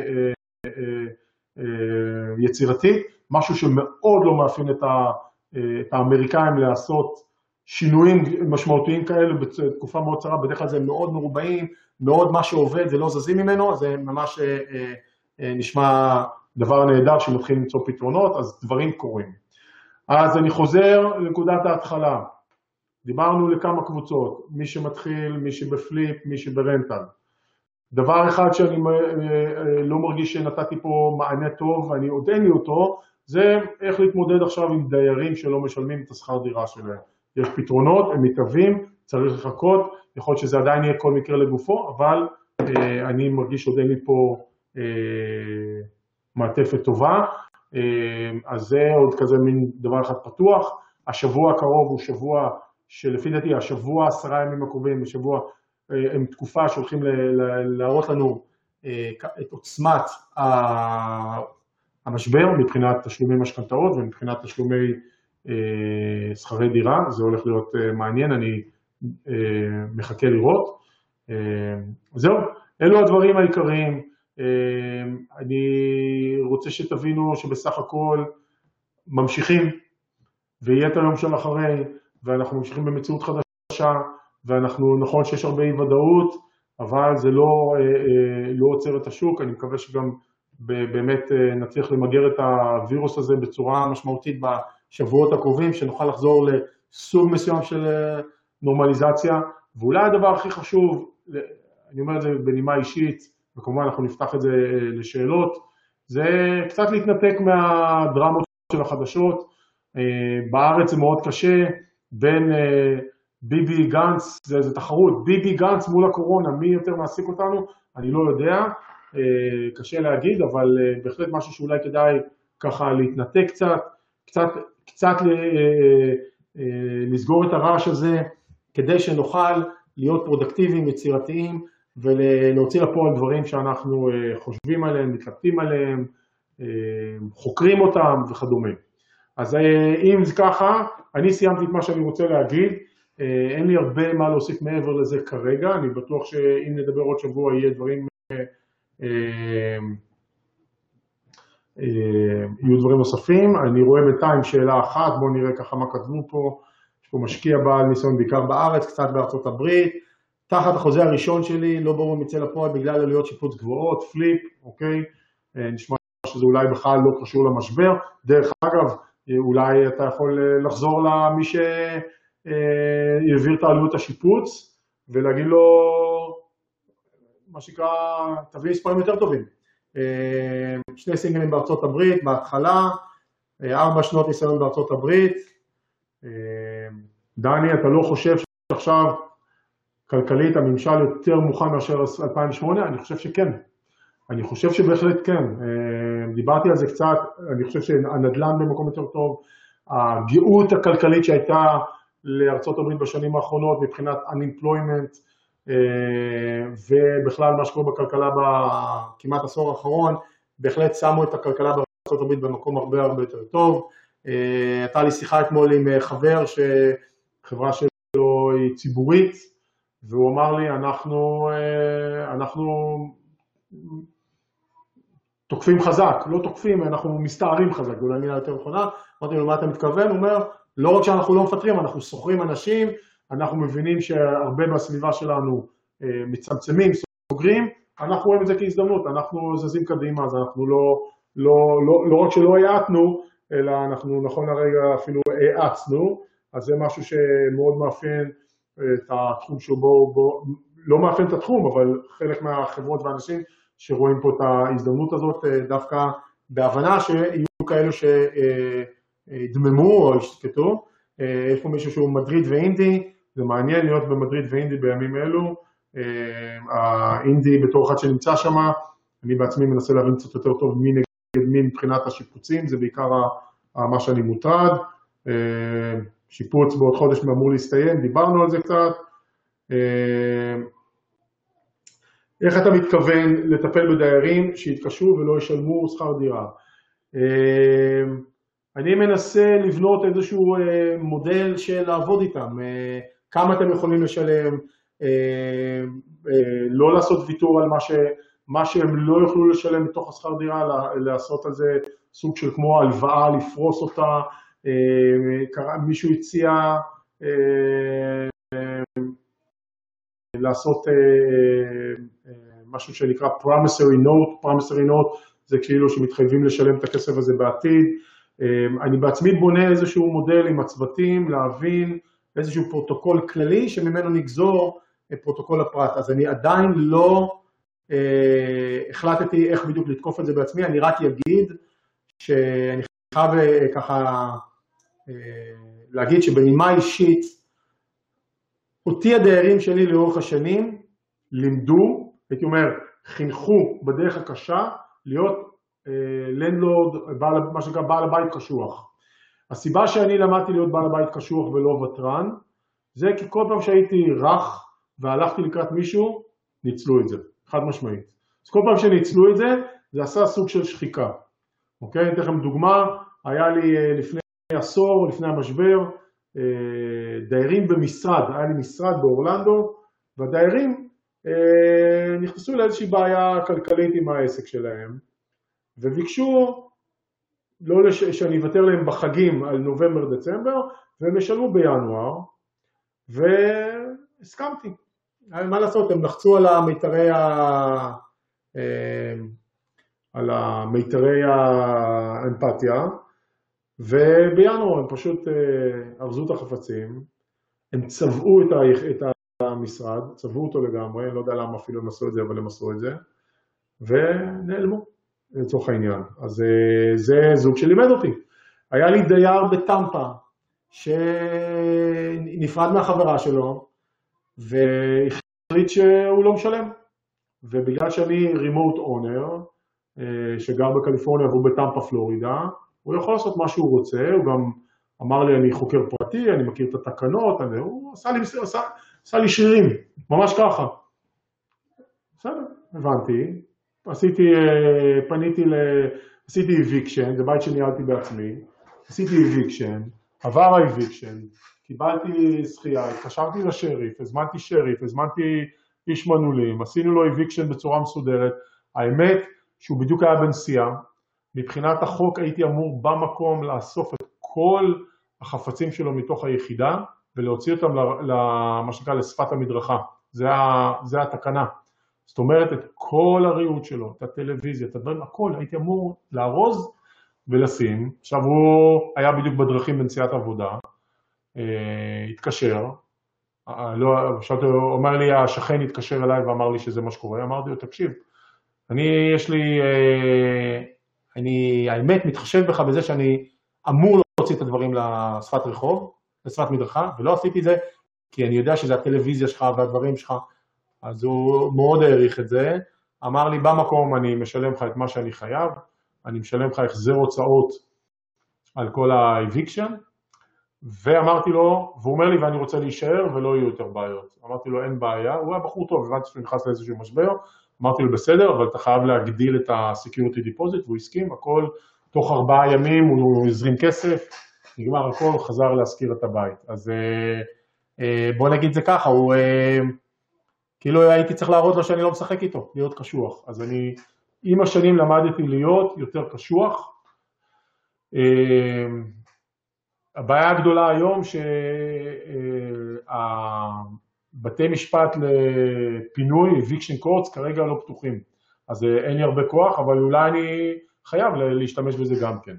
יצירתית, משהו שמאוד לא מאפיין את האמריקאים לעשות שינויים משמעותיים כאלה בתקופה מאוד קצרה. בדרך כלל זה מאוד מרובעים, מאוד מה שעובד זה לא זזים ממנו, זה ממש נשמע דבר נהדר שמתחיל למצוא פתרונות, אז דברים קורים. אז אני חוזר לנקודת ההתחלה, דיברנו לכמה קבוצות, מי שמתחיל, מי שבפליפ, מי שברנטל. דבר אחד שאני לא מרגיש שנתתי פה מענה טוב, ואני עוד אין לי אותו, זה איך להתמודד עכשיו עם דיירים שלא משלמים את השכר דירה שלהם. יש פתרונות, הם מתהווים, צריך לחכות, יכול להיות שזה עדיין יהיה כל מקרה לגופו, אבל אה, אני מרגיש שעוד אין לי פה אה, מעטפת טובה, אה, אז זה עוד כזה מין דבר אחד פתוח. השבוע הקרוב הוא שבוע שלפי דעתי, השבוע, עשרה ימים הקרובים, בשבוע, אה, הם תקופה שהולכים להראות לנו אה, את עוצמת המשבר מבחינת תשלומי משכנתאות ומבחינת תשלומי אה, שכרי דירה. זה הולך להיות אה, מעניין, אני אה, מחכה לראות. אה, זהו, אלו הדברים העיקריים. אה, אני רוצה שתבינו שבסך הכל ממשיכים, ויהיה את היום של אחרי, ואנחנו ממשיכים במציאות חדשה, ואנחנו, נכון שיש הרבה אי ודאות, אבל זה לא, אה, אה, לא עוצר את השוק. אני מקווה שגם באמת נצליח למגר את הווירוס הזה בצורה משמעותית בשבועות הקרובים, שנוכל לחזור לסוג מסוים של נורמליזציה. ואולי הדבר הכי חשוב, אני אומר את זה בנימה אישית, וכמובן אנחנו נפתח את זה לשאלות, זה קצת להתנתק מהדרמות של החדשות. בארץ זה מאוד קשה, בין ביבי גנץ, זה, זה תחרות, ביבי גנץ מול הקורונה, מי יותר מעסיק אותנו? אני לא יודע. קשה להגיד, אבל בהחלט משהו שאולי כדאי ככה להתנתק קצת, קצת, קצת לסגור את הרעש הזה, כדי שנוכל להיות פרודקטיביים, יצירתיים, ולהוציא לפועל דברים שאנחנו חושבים עליהם, מתלבטים עליהם, חוקרים אותם וכדומה. אז אם זה ככה, אני סיימתי את מה שאני רוצה להגיד, אין לי הרבה מה להוסיף מעבר לזה כרגע, אני בטוח שאם נדבר עוד שבוע יהיה דברים יהיו דברים נוספים. אני רואה בינתיים שאלה אחת, בואו נראה ככה מה כתבו פה. יש פה משקיע בעל ניסיון בעיקר בארץ, קצת בארצות הברית, תחת החוזה הראשון שלי, לא ברור אם יצא לפועל בגלל עלויות שיפוץ גבוהות, פליפ, אוקיי, נשמע שזה אולי בכלל לא קשור למשבר. דרך אגב, אולי אתה יכול לחזור למי שיעביר את העלויות השיפוץ ולהגיד לו מה שנקרא, תביא מספרים יותר טובים. שני סינגלים בארצות הברית, בהתחלה, ארבע שנות ניסיון בארצות הברית. דני, אתה לא חושב שעכשיו כלכלית הממשל יותר מוכן מאשר אלפיים ושמונה? אני חושב שכן. אני חושב שבהחלט כן. דיברתי על זה קצת, אני חושב שהנדל"ן במקום יותר טוב, הגאות הכלכלית שהייתה לארצות הברית בשנים האחרונות מבחינת unemployment, ובכלל מה שקורה בכלכלה בכמעט עשור האחרון, בהחלט שמו את הכלכלה בארצות הברית במקום הרבה הרבה יותר טוב. הייתה לי שיחה אתמול עם חבר שחברה שלו היא ציבורית, והוא אמר לי, אנחנו, אנחנו תוקפים חזק, לא תוקפים, אנחנו מסתערים חזק, אולי מילה יותר נכונה. אמרתי לו, מה אתה מתכוון? הוא אומר, לא רק שאנחנו לא מפטרים, אנחנו שוכרים אנשים, אנחנו מבינים שהרבה מהסביבה שלנו מצמצמים, סוגרים, אנחנו רואים את זה כהזדמנות, אנחנו זזים קדימה, אז אנחנו לא, לא, לא, לא רק שלא העטנו, אלא אנחנו נכון לרגע אפילו העצנו, אז זה משהו שמאוד מאפיין את התחום שבו, בו, לא מאפיין את התחום, אבל חלק מהחברות והאנשים שרואים פה את ההזדמנות הזאת, דווקא בהבנה שיהיו כאלו שדממו או ישתקטו. יש פה מישהו שהוא מדריד ואינדי, זה מעניין להיות במדריד ואינדי בימים אלו. האינדי בתור אחד שנמצא שם, אני בעצמי מנסה להבין קצת יותר טוב מי נגד מי מבחינת השיפוצים, זה בעיקר מה שאני מוטרד. שיפוץ בעוד חודש אמור להסתיים, דיברנו על זה קצת. איך אתה מתכוון לטפל בדיירים שיתקשו ולא ישלמו שכר דירה? אני מנסה לבנות איזשהו מודל של לעבוד איתם, כמה אתם יכולים לשלם, לא לעשות ויתור על מה, ש, מה שהם לא יוכלו לשלם מתוך השכר דירה, לעשות על זה סוג של כמו הלוואה, לפרוס אותה. מישהו הציע לעשות משהו שנקרא promissory note, promissory note זה כאילו שמתחייבים לשלם את הכסף הזה בעתיד. אני בעצמי בונה איזשהו מודל עם הצוותים, להבין איזשהו פרוטוקול כללי שממנו נגזור את פרוטוקול הפרט. אז אני עדיין לא החלטתי איך בדיוק לתקוף את זה בעצמי. אני רק אגיד שאני חייב ככה להגיד שבנימה אישית, אותי הדיירים שלי לאורך השנים לימדו, הייתי אומר, חינכו בדרך הקשה להיות לנדלורד, מה שנקרא בעל הבית קשוח. הסיבה שאני למדתי להיות בעל הבית קשוח ולא ותרן, זה כי כל פעם שהייתי רך והלכתי לקראת מישהו, ניצלו את זה, חד משמעית. אז כל פעם שניצלו את זה, זה עשה סוג של שחיקה. אוקיי? אני אתן לכם דוגמה, היה לי לפני עשור, לפני המשבר, דיירים במשרד, היה לי משרד באורלנדו, והדיירים נכנסו לאיזושהי בעיה כלכלית עם העסק שלהם, וביקשו לא לש... שאני אוותר להם בחגים על נובמבר דצמבר, והם ישלמו בינואר, והסכמתי. מה לעשות, הם לחצו על המיתרי ה... על המיתרי האמפתיה, ובינואר הם פשוט ארזו את החפצים, הם צבעו את המשרד, צבעו אותו לגמרי, אני לא יודע למה אפילו הם עשו את זה, אבל הם עשו את זה, ונעלמו, לצורך העניין. אז זה זוג שלימד אותי. היה לי דייר בטמפה, שנפרד מהחברה שלו, והחליט שהוא לא משלם. ובגלל שאני רימוט אונר, שגר בקליפורניה והוא בטמפה פלורידה, הוא יכול לעשות מה שהוא רוצה, הוא גם אמר לי אני חוקר פרטי, אני מכיר את התקנות, אני, הוא עשה לי, עשה, עשה לי שרירים, ממש ככה. בסדר, הבנתי, עשיתי, פניתי ל... עשיתי אביקשן, זה בית שניהלתי בעצמי, עשיתי אביקשן, עבר האביקשן, קיבלתי זכייה, התקשרתי לשריף, הזמנתי שריף, הזמנתי איש מנעולים, עשינו לו אביקשן בצורה מסודרת, האמת שהוא בדיוק היה בנסיעה, מבחינת החוק הייתי אמור במקום לאסוף את כל החפצים שלו מתוך היחידה, ולהוציא אותם למה שנקרא לשפת המדרכה, זה, זה התקנה. זאת אומרת, את כל הריהוט שלו, את הטלוויזיה, את הדברים, הכל, הייתי אמור לארוז ולשים. עכשיו הוא היה בדיוק בדרכים בנסיעת עבודה, התקשר, לא, עכשיו הוא אומר לי, השכן התקשר אליי ואמר לי שזה מה שקורה, אמרתי לו, תקשיב, אני, יש לי, אני, האמת, מתחשב בך בזה שאני אמור להוציא את הדברים לשפת רחוב, לשפת מדרכה, ולא עשיתי את זה, כי אני יודע שזה הטלוויזיה שלך והדברים שלך, אז הוא מאוד העריך את זה, אמר לי, במקום אני משלם לך את מה שאני חייב, אני משלם לך החזר הוצאות על כל האביקשן, ואמרתי לו, והוא אומר לי, ואני רוצה להישאר ולא יהיו יותר בעיות. אמרתי לו, אין בעיה, הוא היה בחור טוב, הבנתי שהוא נכנס לאיזשהו משבר, אמרתי לו, בסדר, אבל אתה חייב להגדיל את ה-security deposit, והוא הסכים, הכל, תוך ארבעה ימים הוא הזרים כסף, נגמר הכל, חזר להזכיר את הבית. אז בוא נגיד זה ככה, הוא... כאילו הייתי צריך להראות לו שאני לא משחק איתו, להיות קשוח. אז אני, עם השנים למדתי להיות יותר קשוח. הבעיה הגדולה היום שהבתי משפט לפינוי, eviction courts, כרגע לא פתוחים. אז אין לי הרבה כוח, אבל אולי אני חייב להשתמש בזה גם כן.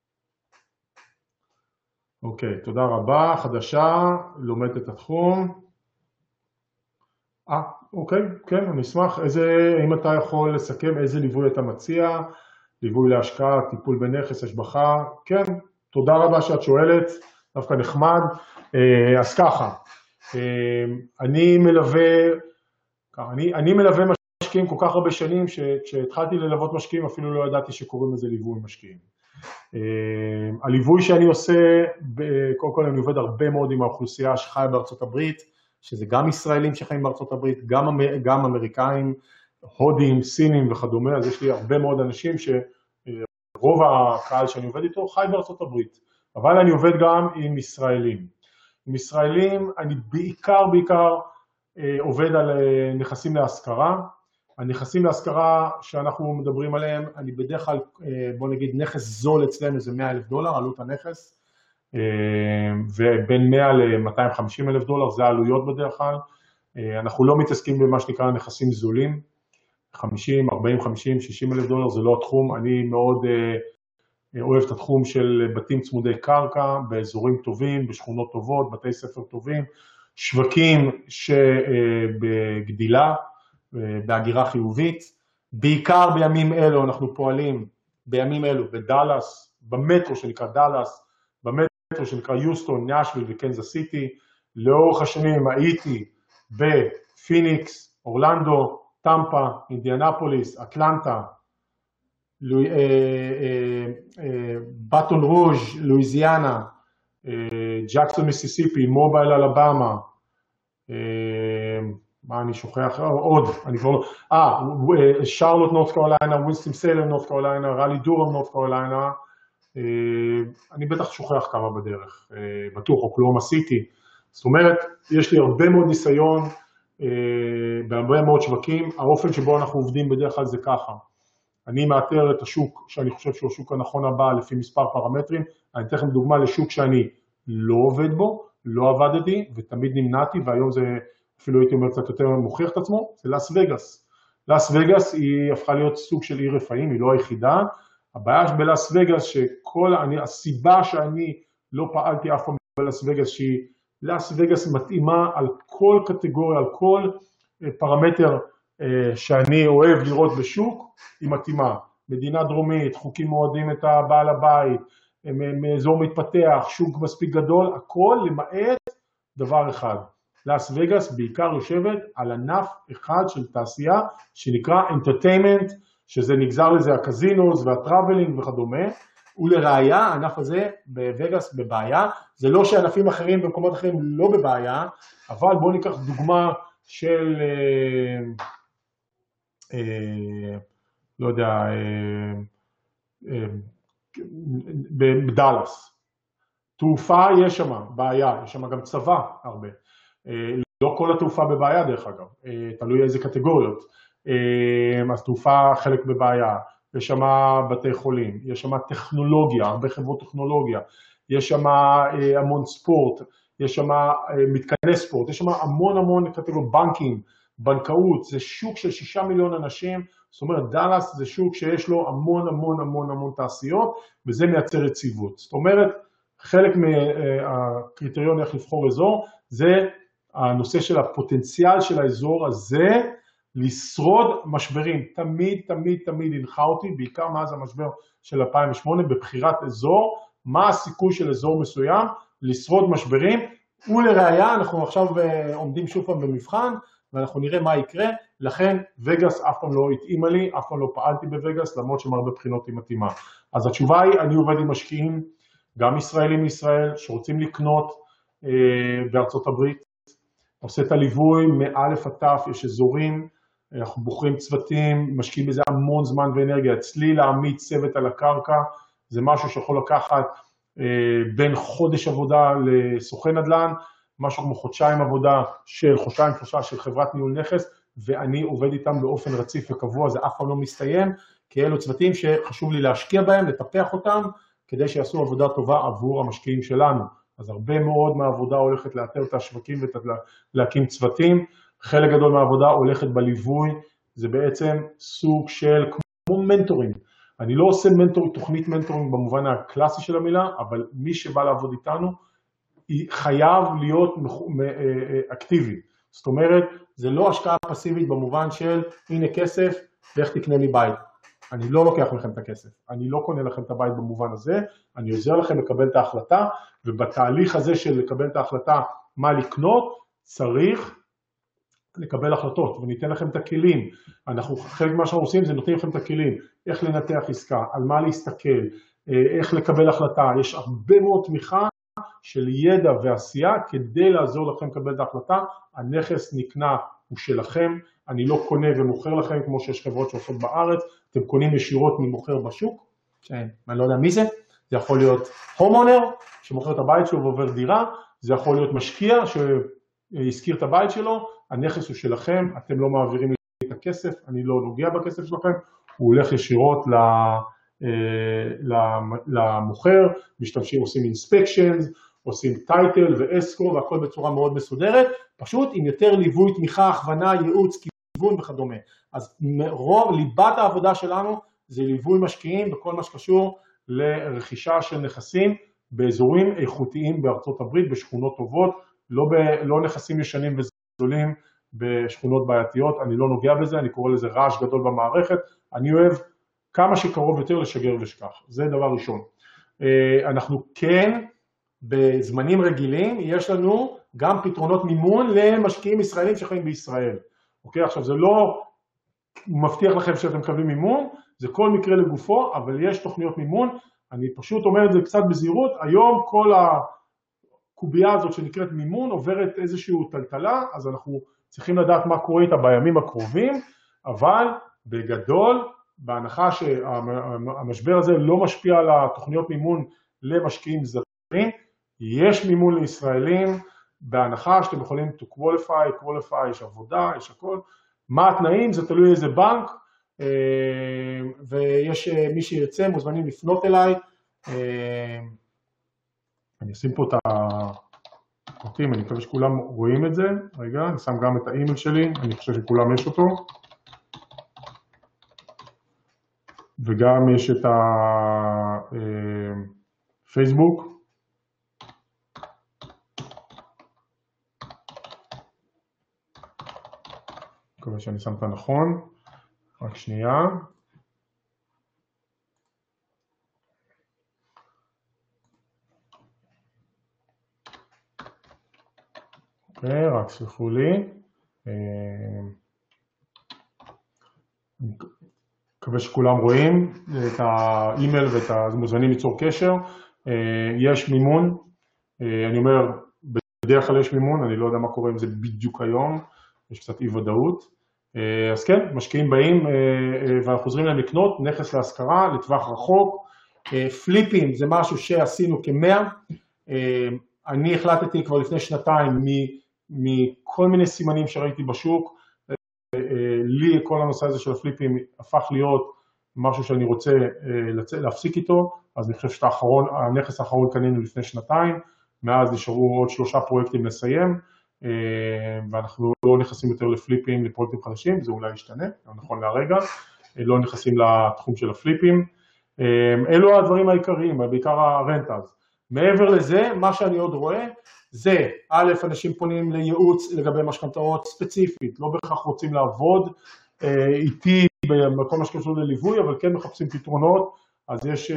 אוקיי, תודה רבה. חדשה, לומדת את התחום. אה, אוקיי, כן, אני אשמח. איזה, אם אתה יכול לסכם איזה ליווי אתה מציע, ליווי להשקעה, טיפול בנכס, השבחה, כן, תודה רבה שאת שואלת, דווקא נחמד. אז ככה, אני מלווה, אני, אני מלווה משקיעים כל כך הרבה שנים, שכשהתחלתי ללוות משקיעים אפילו לא ידעתי שקוראים לזה ליווי משקיעים. הליווי שאני עושה, קודם כל אני עובד הרבה מאוד עם האוכלוסייה שחיה בארצות הברית, שזה גם ישראלים שחיים בארצות הברית, גם, גם אמריקאים, הודים, סינים וכדומה, אז יש לי הרבה מאוד אנשים שרוב הקהל שאני עובד איתו חי בארצות הברית, אבל אני עובד גם עם ישראלים. עם ישראלים אני בעיקר בעיקר עובד על נכסים להשכרה, הנכסים להשכרה שאנחנו מדברים עליהם, אני בדרך כלל, בוא נגיד, נכס זול אצלנו זה מאה אלף דולר, עלות הנכס, ובין מאה ל-מאתיים וחמישים אלף דולר, זה העלויות בדרך כלל. אנחנו לא מתעסקים במה שנקרא נכסים זולים, חמישים, ארבעים, חמישים, שישים אלף דולר, זה לא התחום. אני מאוד אוהב את התחום של בתים צמודי קרקע, באזורים טובים, בשכונות טובות, בתי ספר טובים, שווקים שבגדילה, בהגירה חיובית. בעיקר בימים אלו אנחנו פועלים, בימים אלו בדלס, במטרו שנקרא דלס, במטרו שנקרא יוסטון, נאשוויל וקנזס סיטי. לאורך השנים הייתי בפיניקס, אורלנדו, טמפה, אינדיאנפוליס, אטלנטה, באטון רוז', לואיזיאנה, ג'קסון מיסיסיפי, מובייל אלבמה, מה אני שוכח? עוד, אני כבר לא... אה, שרלוט נורת' קרוליינה, ווינסטון סלם נורת' קרוליינה, ראלי דורם נורת' קרוליינה, אני בטח שוכח כמה בדרך, בטוח, אוקלהומה סיטי. זאת אומרת, יש לי הרבה מאוד ניסיון בהרבה מאוד שווקים. האופן שבו אנחנו עובדים בדרך כלל זה ככה. אני מאתר את השוק שאני חושב שהוא השוק הנכון הבא לפי מספר פרמטרים. אני אתן לכם דוגמה לשוק שאני לא עובד בו, לא עבדתי ותמיד נמנעתי, והיום זה אפילו הייתי אומר קצת יותר מוכיח את עצמו, זה לאס וגאס. לאס וגאס היא הפכה להיות סוג של עיר רפאים, היא לא היחידה. הבעיה בלאס וגאס שכל, אני, הסיבה שאני לא פעלתי אף פעם בלאס וגאס שהיא לאס וגאס מתאימה על כל קטגוריה, על כל פרמטר שאני אוהב לראות בשוק, היא מתאימה. מדינה דרומית, חוקים מועדים את הבעל הבית, מאזור מתפתח, שוק מספיק גדול, הכל למעט דבר אחד. לאס וגאס בעיקר יושבת על ענף אחד של תעשייה שנקרא entertainment, שזה נגזר לזה הקזינוס והטראבלינג וכדומה. ולראיה, הענף הזה בווגאס בבעיה. זה לא שענפים אחרים במקומות אחרים לא בבעיה, אבל בואו ניקח דוגמה של, אה, אה, לא יודע, אה, אה, בדלס. תעופה יש שם בעיה, יש שם גם צבא הרבה. אה, לא כל התעופה בבעיה דרך אגב, אה, תלוי איזה קטגוריות. אה, אז תעופה חלק בבעיה. יש שם בתי חולים, יש שם טכנולוגיה, הרבה חברות טכנולוגיה, יש שם המון ספורט, יש שם מתקני ספורט, יש שם המון המון קטגוריות, בנקים, בנקאות, זה שוק של שישה מיליון אנשים, זאת אומרת דלס זה שוק שיש לו המון המון המון המון תעשיות, וזה מייצר יציבות. זאת אומרת, חלק מהקריטריון איך לבחור אזור, זה הנושא של הפוטנציאל של האזור הזה, לשרוד משברים. תמיד, תמיד, תמיד הנחה אותי, בעיקר מאז המשבר של אלפיים ושמונה, בבחירת אזור, מה הסיכוי של אזור מסוים לשרוד משברים, ולראיה, אנחנו עכשיו עומדים שוב פעם במבחן, ואנחנו נראה מה יקרה, לכן וגאס אף פעם לא התאימה לי, אף פעם לא פעלתי בווגאס, למרות שמהרבה בחינות היא מתאימה. אז התשובה היא, אני עובד עם משקיעים, גם ישראלים מישראל, שרוצים לקנות אה, בארצות הברית, עושה את הליווי מאלף עד תף, יש אזורים, אנחנו בוחרים צוותים, משקיעים בזה המון זמן ואנרגיה. אצלי להעמיד צוות על הקרקע, זה משהו שיכול לקחת אה, בין חודש עבודה לסוכן נדל"ן, משהו כמו חודשיים עבודה של חודשיים שלושה של חברת ניהול נכס, ואני עובד איתם באופן רציף וקבוע, זה אף פעם לא מסתיים, כי אלו צוותים שחשוב לי להשקיע בהם, לטפח אותם, כדי שיעשו עבודה טובה עבור המשקיעים שלנו. אז הרבה מאוד מהעבודה הולכת לאתר את השווקים ולהקים צוותים, חלק גדול מהעבודה הולכת בליווי, זה בעצם סוג של כמו מנטורים. אני לא עושה מנטורים, תוכנית מנטורים במובן הקלאסי של המילה, אבל מי שבא לעבוד איתנו, חייב להיות אקטיבי. זאת אומרת, זה לא השקעה פסיבית במובן של, הנה כסף, לך תקנה לי בית. אני לא לוקח לכם את הכסף, אני לא קונה לכם את הבית במובן הזה, אני עוזר לכם לקבל את ההחלטה, ובתהליך הזה של לקבל את ההחלטה מה לקנות, צריך לקבל החלטות, וניתן לכם את הכלים. אנחנו, חלק מה שאנחנו עושים זה נותנים לכם את הכלים, איך לנתח עסקה, על מה להסתכל, איך לקבל החלטה. יש הרבה מאוד תמיכה של ידע ועשייה כדי לעזור לכם לקבל את ההחלטה. הנכס נקנה הוא שלכם, אני לא קונה ומוכר לכם כמו שיש חברות שעושות בארץ, אתם קונים ישירות ממוכר בשוק, כן, אני לא יודע מי זה, זה יכול להיות הומאונר שמוכר את הבית שלו ועובר דירה, זה יכול להיות משקיע שהזכיר את הבית שלו, הנכס הוא שלכם, אתם לא מעבירים לי את הכסף, אני לא נוגע בכסף שלכם, הוא הולך ישירות למוכר, משתמשים, עושים אינספקשנס, עושים טייטל ואסקרו והכל בצורה מאוד מסודרת, פשוט עם יותר ליווי, תמיכה, הכוונה, ייעוץ, כיוון וכדומה. אז רוב, ליבת העבודה שלנו זה ליווי משקיעים בכל מה שקשור לרכישה של נכסים באזורים איכותיים בארצות הברית, בשכונות טובות, לא, ב, לא נכסים ישנים וזולים בשכונות בעייתיות, אני לא נוגע בזה, אני קורא לזה רעש גדול במערכת, אני אוהב כמה שקרוב יותר לשגר ושכח, זה דבר ראשון. אנחנו כן, בזמנים רגילים, יש לנו גם פתרונות מימון למשקיעים ישראלים שחיים בישראל. אוקיי, עכשיו זה לא מבטיח לכם שאתם מקבלים מימון, זה כל מקרה לגופו, אבל יש תוכניות מימון, אני פשוט אומר את זה קצת בזהירות, היום כל הקובייה הזאת שנקראת מימון עוברת איזשהו טלטלה, אז אנחנו צריכים לדעת מה קורה איתה בימים הקרובים, אבל בגדול, בהנחה שהמשבר הזה לא משפיע על התוכניות מימון למשקיעים זרים, יש מימון לישראלים, בהנחה שאתם יכולים to qualify, qualify, יש עבודה, יש הכל, מה התנאים, זה תלוי איזה בנק, ויש מי שירצה, מוזמנים לפנות אליי, אני אשים פה את הפרטים, אני מקווה שכולם רואים את זה, רגע, אני שם גם את האימייל שלי, אני חושב שכולם יש אותו, וגם יש את הפייסבוק, אני מקווה שאני שם את הנכון, רק שנייה. אוקיי, רק סלחו לי. אני מקווה שכולם רואים את האימייל ואת המוזמנים ליצור קשר. יש מימון, אני אומר, בדרך כלל יש מימון, אני לא יודע מה קורה עם זה בדיוק היום, יש קצת אי ודאות. אז כן, משקיעים באים ואנחנו חוזרים להם לקנות נכס להשכרה לטווח רחוק. פליפים זה משהו שעשינו כמאה. אני החלטתי כבר לפני שנתיים מכל מיני סימנים שראיתי בשוק. לי כל הנושא הזה של הפליפים הפך להיות משהו שאני רוצה להפסיק איתו. אז אני חושב שהנכס האחרון קנינו לפני שנתיים. מאז נשארו עוד שלושה פרויקטים לסיים. ואנחנו לא נכנסים יותר לפליפים, לפרויקטים חדשים, זה אולי ישתנה, נכון להרגע, לא נכנסים לתחום של הפליפים. אלו הדברים העיקריים, בעיקר הרנטלס. מעבר לזה, מה שאני עוד רואה, זה, א', אנשים פונים לייעוץ לגבי משכנתאות ספציפית, לא בהכרח רוצים לעבוד איתי בכל מה שקשור לליווי, אבל כן מחפשים פתרונות, אז יש,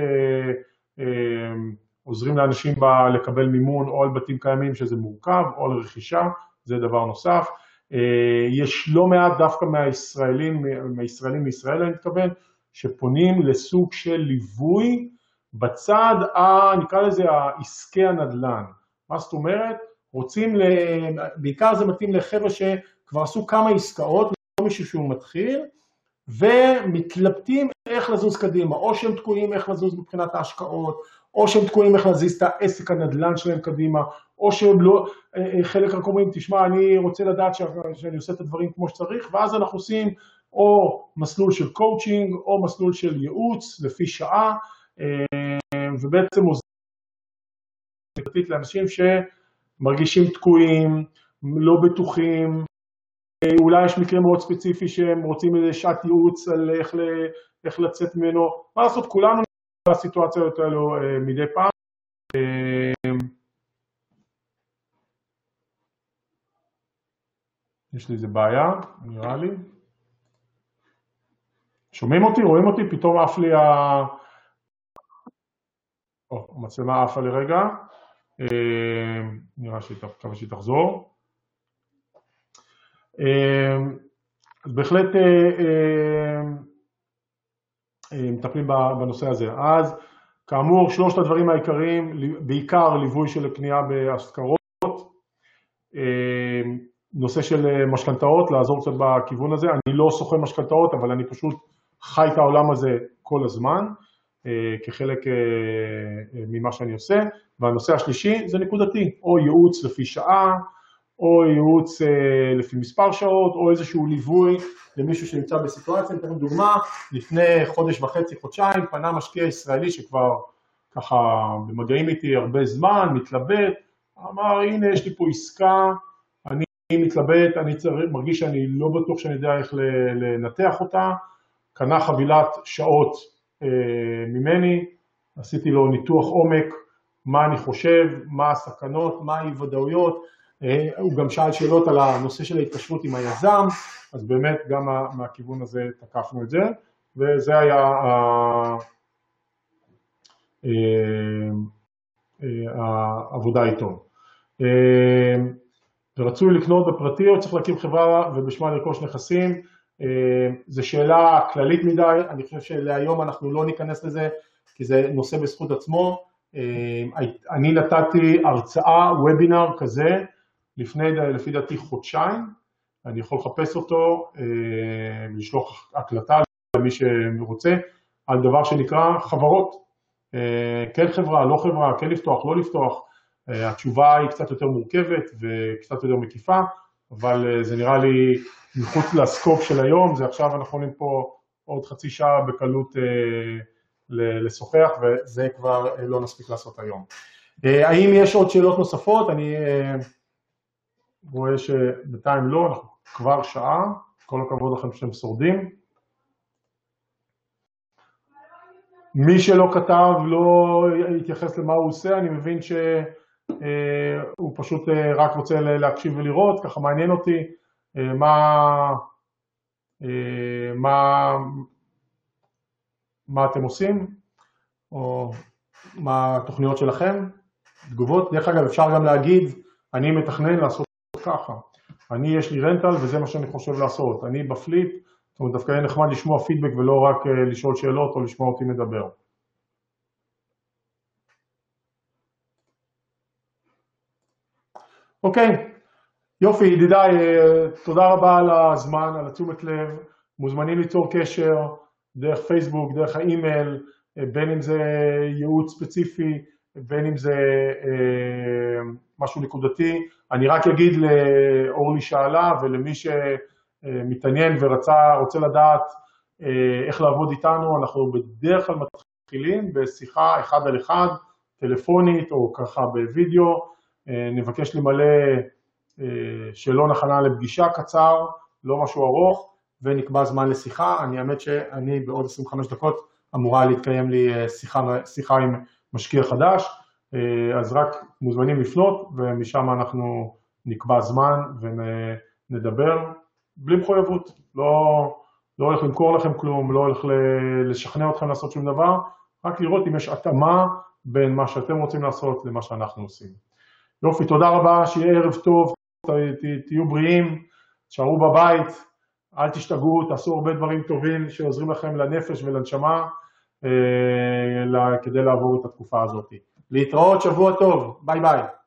עוזרים לאנשים לקבל מימון או על בתים קיימים שזה מורכב, או על רכישה, זה דבר נוסף. יש לא מעט דווקא מהישראלים, מהישראלים מישראל אני מתכוון, שפונים לסוג של ליווי בצד, נקרא לזה העסקי הנדל"ן. מה זאת אומרת? רוצים, בעיקר זה מתאים לחבר'ה שכבר עשו כמה עסקאות, לא מישהו שהוא מתחיל, ומתלבטים איך לזוז קדימה, או שהם תקועים איך לזוז מבחינת ההשקעות, או שהם תקועים איך להזיז את העסק הנדל"ן שלהם קדימה, או שהם לא, חלק רק אומרים, תשמע, אני רוצה לדעת שאני עושה את הדברים כמו שצריך, ואז אנחנו עושים או מסלול של קואוצ'ינג, או מסלול של ייעוץ לפי שעה, ובעצם עוזרים לאנשים שמרגישים תקועים, לא בטוחים, אולי יש מקרה מאוד ספציפי שהם רוצים איזה שעת ייעוץ על איך, איך לצאת ממנו, מה לעשות, כולנו בסיטואציות האלו מדי פעם. יש לי איזה בעיה, נראה לי. שומעים אותי? רואים אותי? פתאום עף לי ה... או, המצלמה עפה לרגע. נראה שהיא, שהיא תחזור. אז בהחלט מטפלים בנושא הזה. אז כאמור, שלושת הדברים העיקריים, בעיקר ליווי של קנייה בהשכרות, נושא של משכנתאות, לעזור קצת בכיוון הזה. אני לא סוכן משכנתאות, אבל אני פשוט חי את העולם הזה כל הזמן, כחלק ממה שאני עושה. והנושא השלישי זה נקודתי, או ייעוץ לפי שעה, או ייעוץ לפי מספר שעות, או איזשהו ליווי למישהו שנמצא בסיטואציה. נתן דוגמה, לפני חודש וחצי, חודשיים, פנה משקיע ישראלי שכבר ככה במגעים איתי הרבה זמן, מתלבט, אמר, הנה יש לי פה עסקה, אני מתלבט, אני מרגיש שאני לא בטוח שאני יודע איך לנתח אותה, קנה חבילת שעות ממני, עשיתי לו ניתוח עומק, מה אני חושב, מה הסכנות, מה האי ודאויות, הוא גם שאל שאלות על הנושא של ההתקשרות עם היזם, אז באמת גם מהכיוון הזה תקפנו את זה, וזה היה העבודה איתו. ורצוי לקנות בפרטי או צריך להקים חברה ובשמה לרכוש נכסים, זו שאלה כללית מדי, אני חושב שלהיום אנחנו לא ניכנס לזה, כי זה נושא בזכות עצמו. אני נתתי הרצאה, וובינר כזה, לפני, לפי דעתי חודשיים, אני יכול לחפש אותו, לשלוח הקלטה למי שרוצה, על דבר שנקרא חברות, כן חברה, לא חברה, כן לפתוח, לא לפתוח, התשובה היא קצת יותר מורכבת וקצת יותר מקיפה, אבל זה נראה לי מחוץ לסקופ של היום, זה עכשיו אנחנו יכולים פה עוד חצי שעה בקלות לשוחח, וזה כבר לא נספיק לעשות היום. האם יש עוד שאלות נוספות? אני רואה שבינתיים לא, אנחנו כבר שעה, כל הכבוד לכם שאתם שורדים. מי שלא כתב, לא התייחס למה הוא עושה, אני מבין שהוא פשוט רק רוצה להקשיב ולראות, ככה מעניין אותי מה, מה, מה אתם עושים, או מה התוכניות שלכם, תגובות. דרך אגב, אפשר גם להגיד, אני מתכנן לעשות ככה, אני יש לי רנטל וזה מה שאני חושב לעשות, אני בפליט, זאת אומרת, דווקא יהיה נחמד לשמוע פידבק ולא רק לשאול שאלות או לשמוע אותי מדבר. אוקיי, יופי, ידידיי, תודה רבה על הזמן, על התשומת לב, מוזמנים ליצור קשר דרך פייסבוק, דרך האימייל, בין אם זה ייעוץ ספציפי, בין אם זה אה, משהו נקודתי. אני רק אגיד לאורלי שאלה ולמי שמתעניין ורצה, רוצה לדעת אה, איך לעבוד איתנו, אנחנו בדרך כלל מתחילים בשיחה אחד על אחד, טלפונית או ככה בווידאו, אה, נבקש למלא אה, שאלון הכנה לפגישה קצר, לא משהו ארוך, ונקבע זמן לשיחה. אני האמת שאני בעוד עשרים וחמש דקות אמורה להתקיים לי שיחה, שיחה עם משקיע חדש, אז רק מוזמנים לפנות ומשם אנחנו נקבע זמן ונדבר בלי מחויבות, לא, לא הולך למכור לכם כלום, לא הולך לשכנע אתכם לעשות שום דבר, רק לראות אם יש התאמה בין מה שאתם רוצים לעשות למה שאנחנו עושים. יופי, תודה רבה, שיהיה ערב טוב, תהיו בריאים, תשארו בבית, אל תשתגעו, תעשו הרבה דברים טובים שעוזרים לכם לנפש ולנשמה, כדי לעבור את התקופה הזאת. להתראות, שבוע טוב, ביי ביי.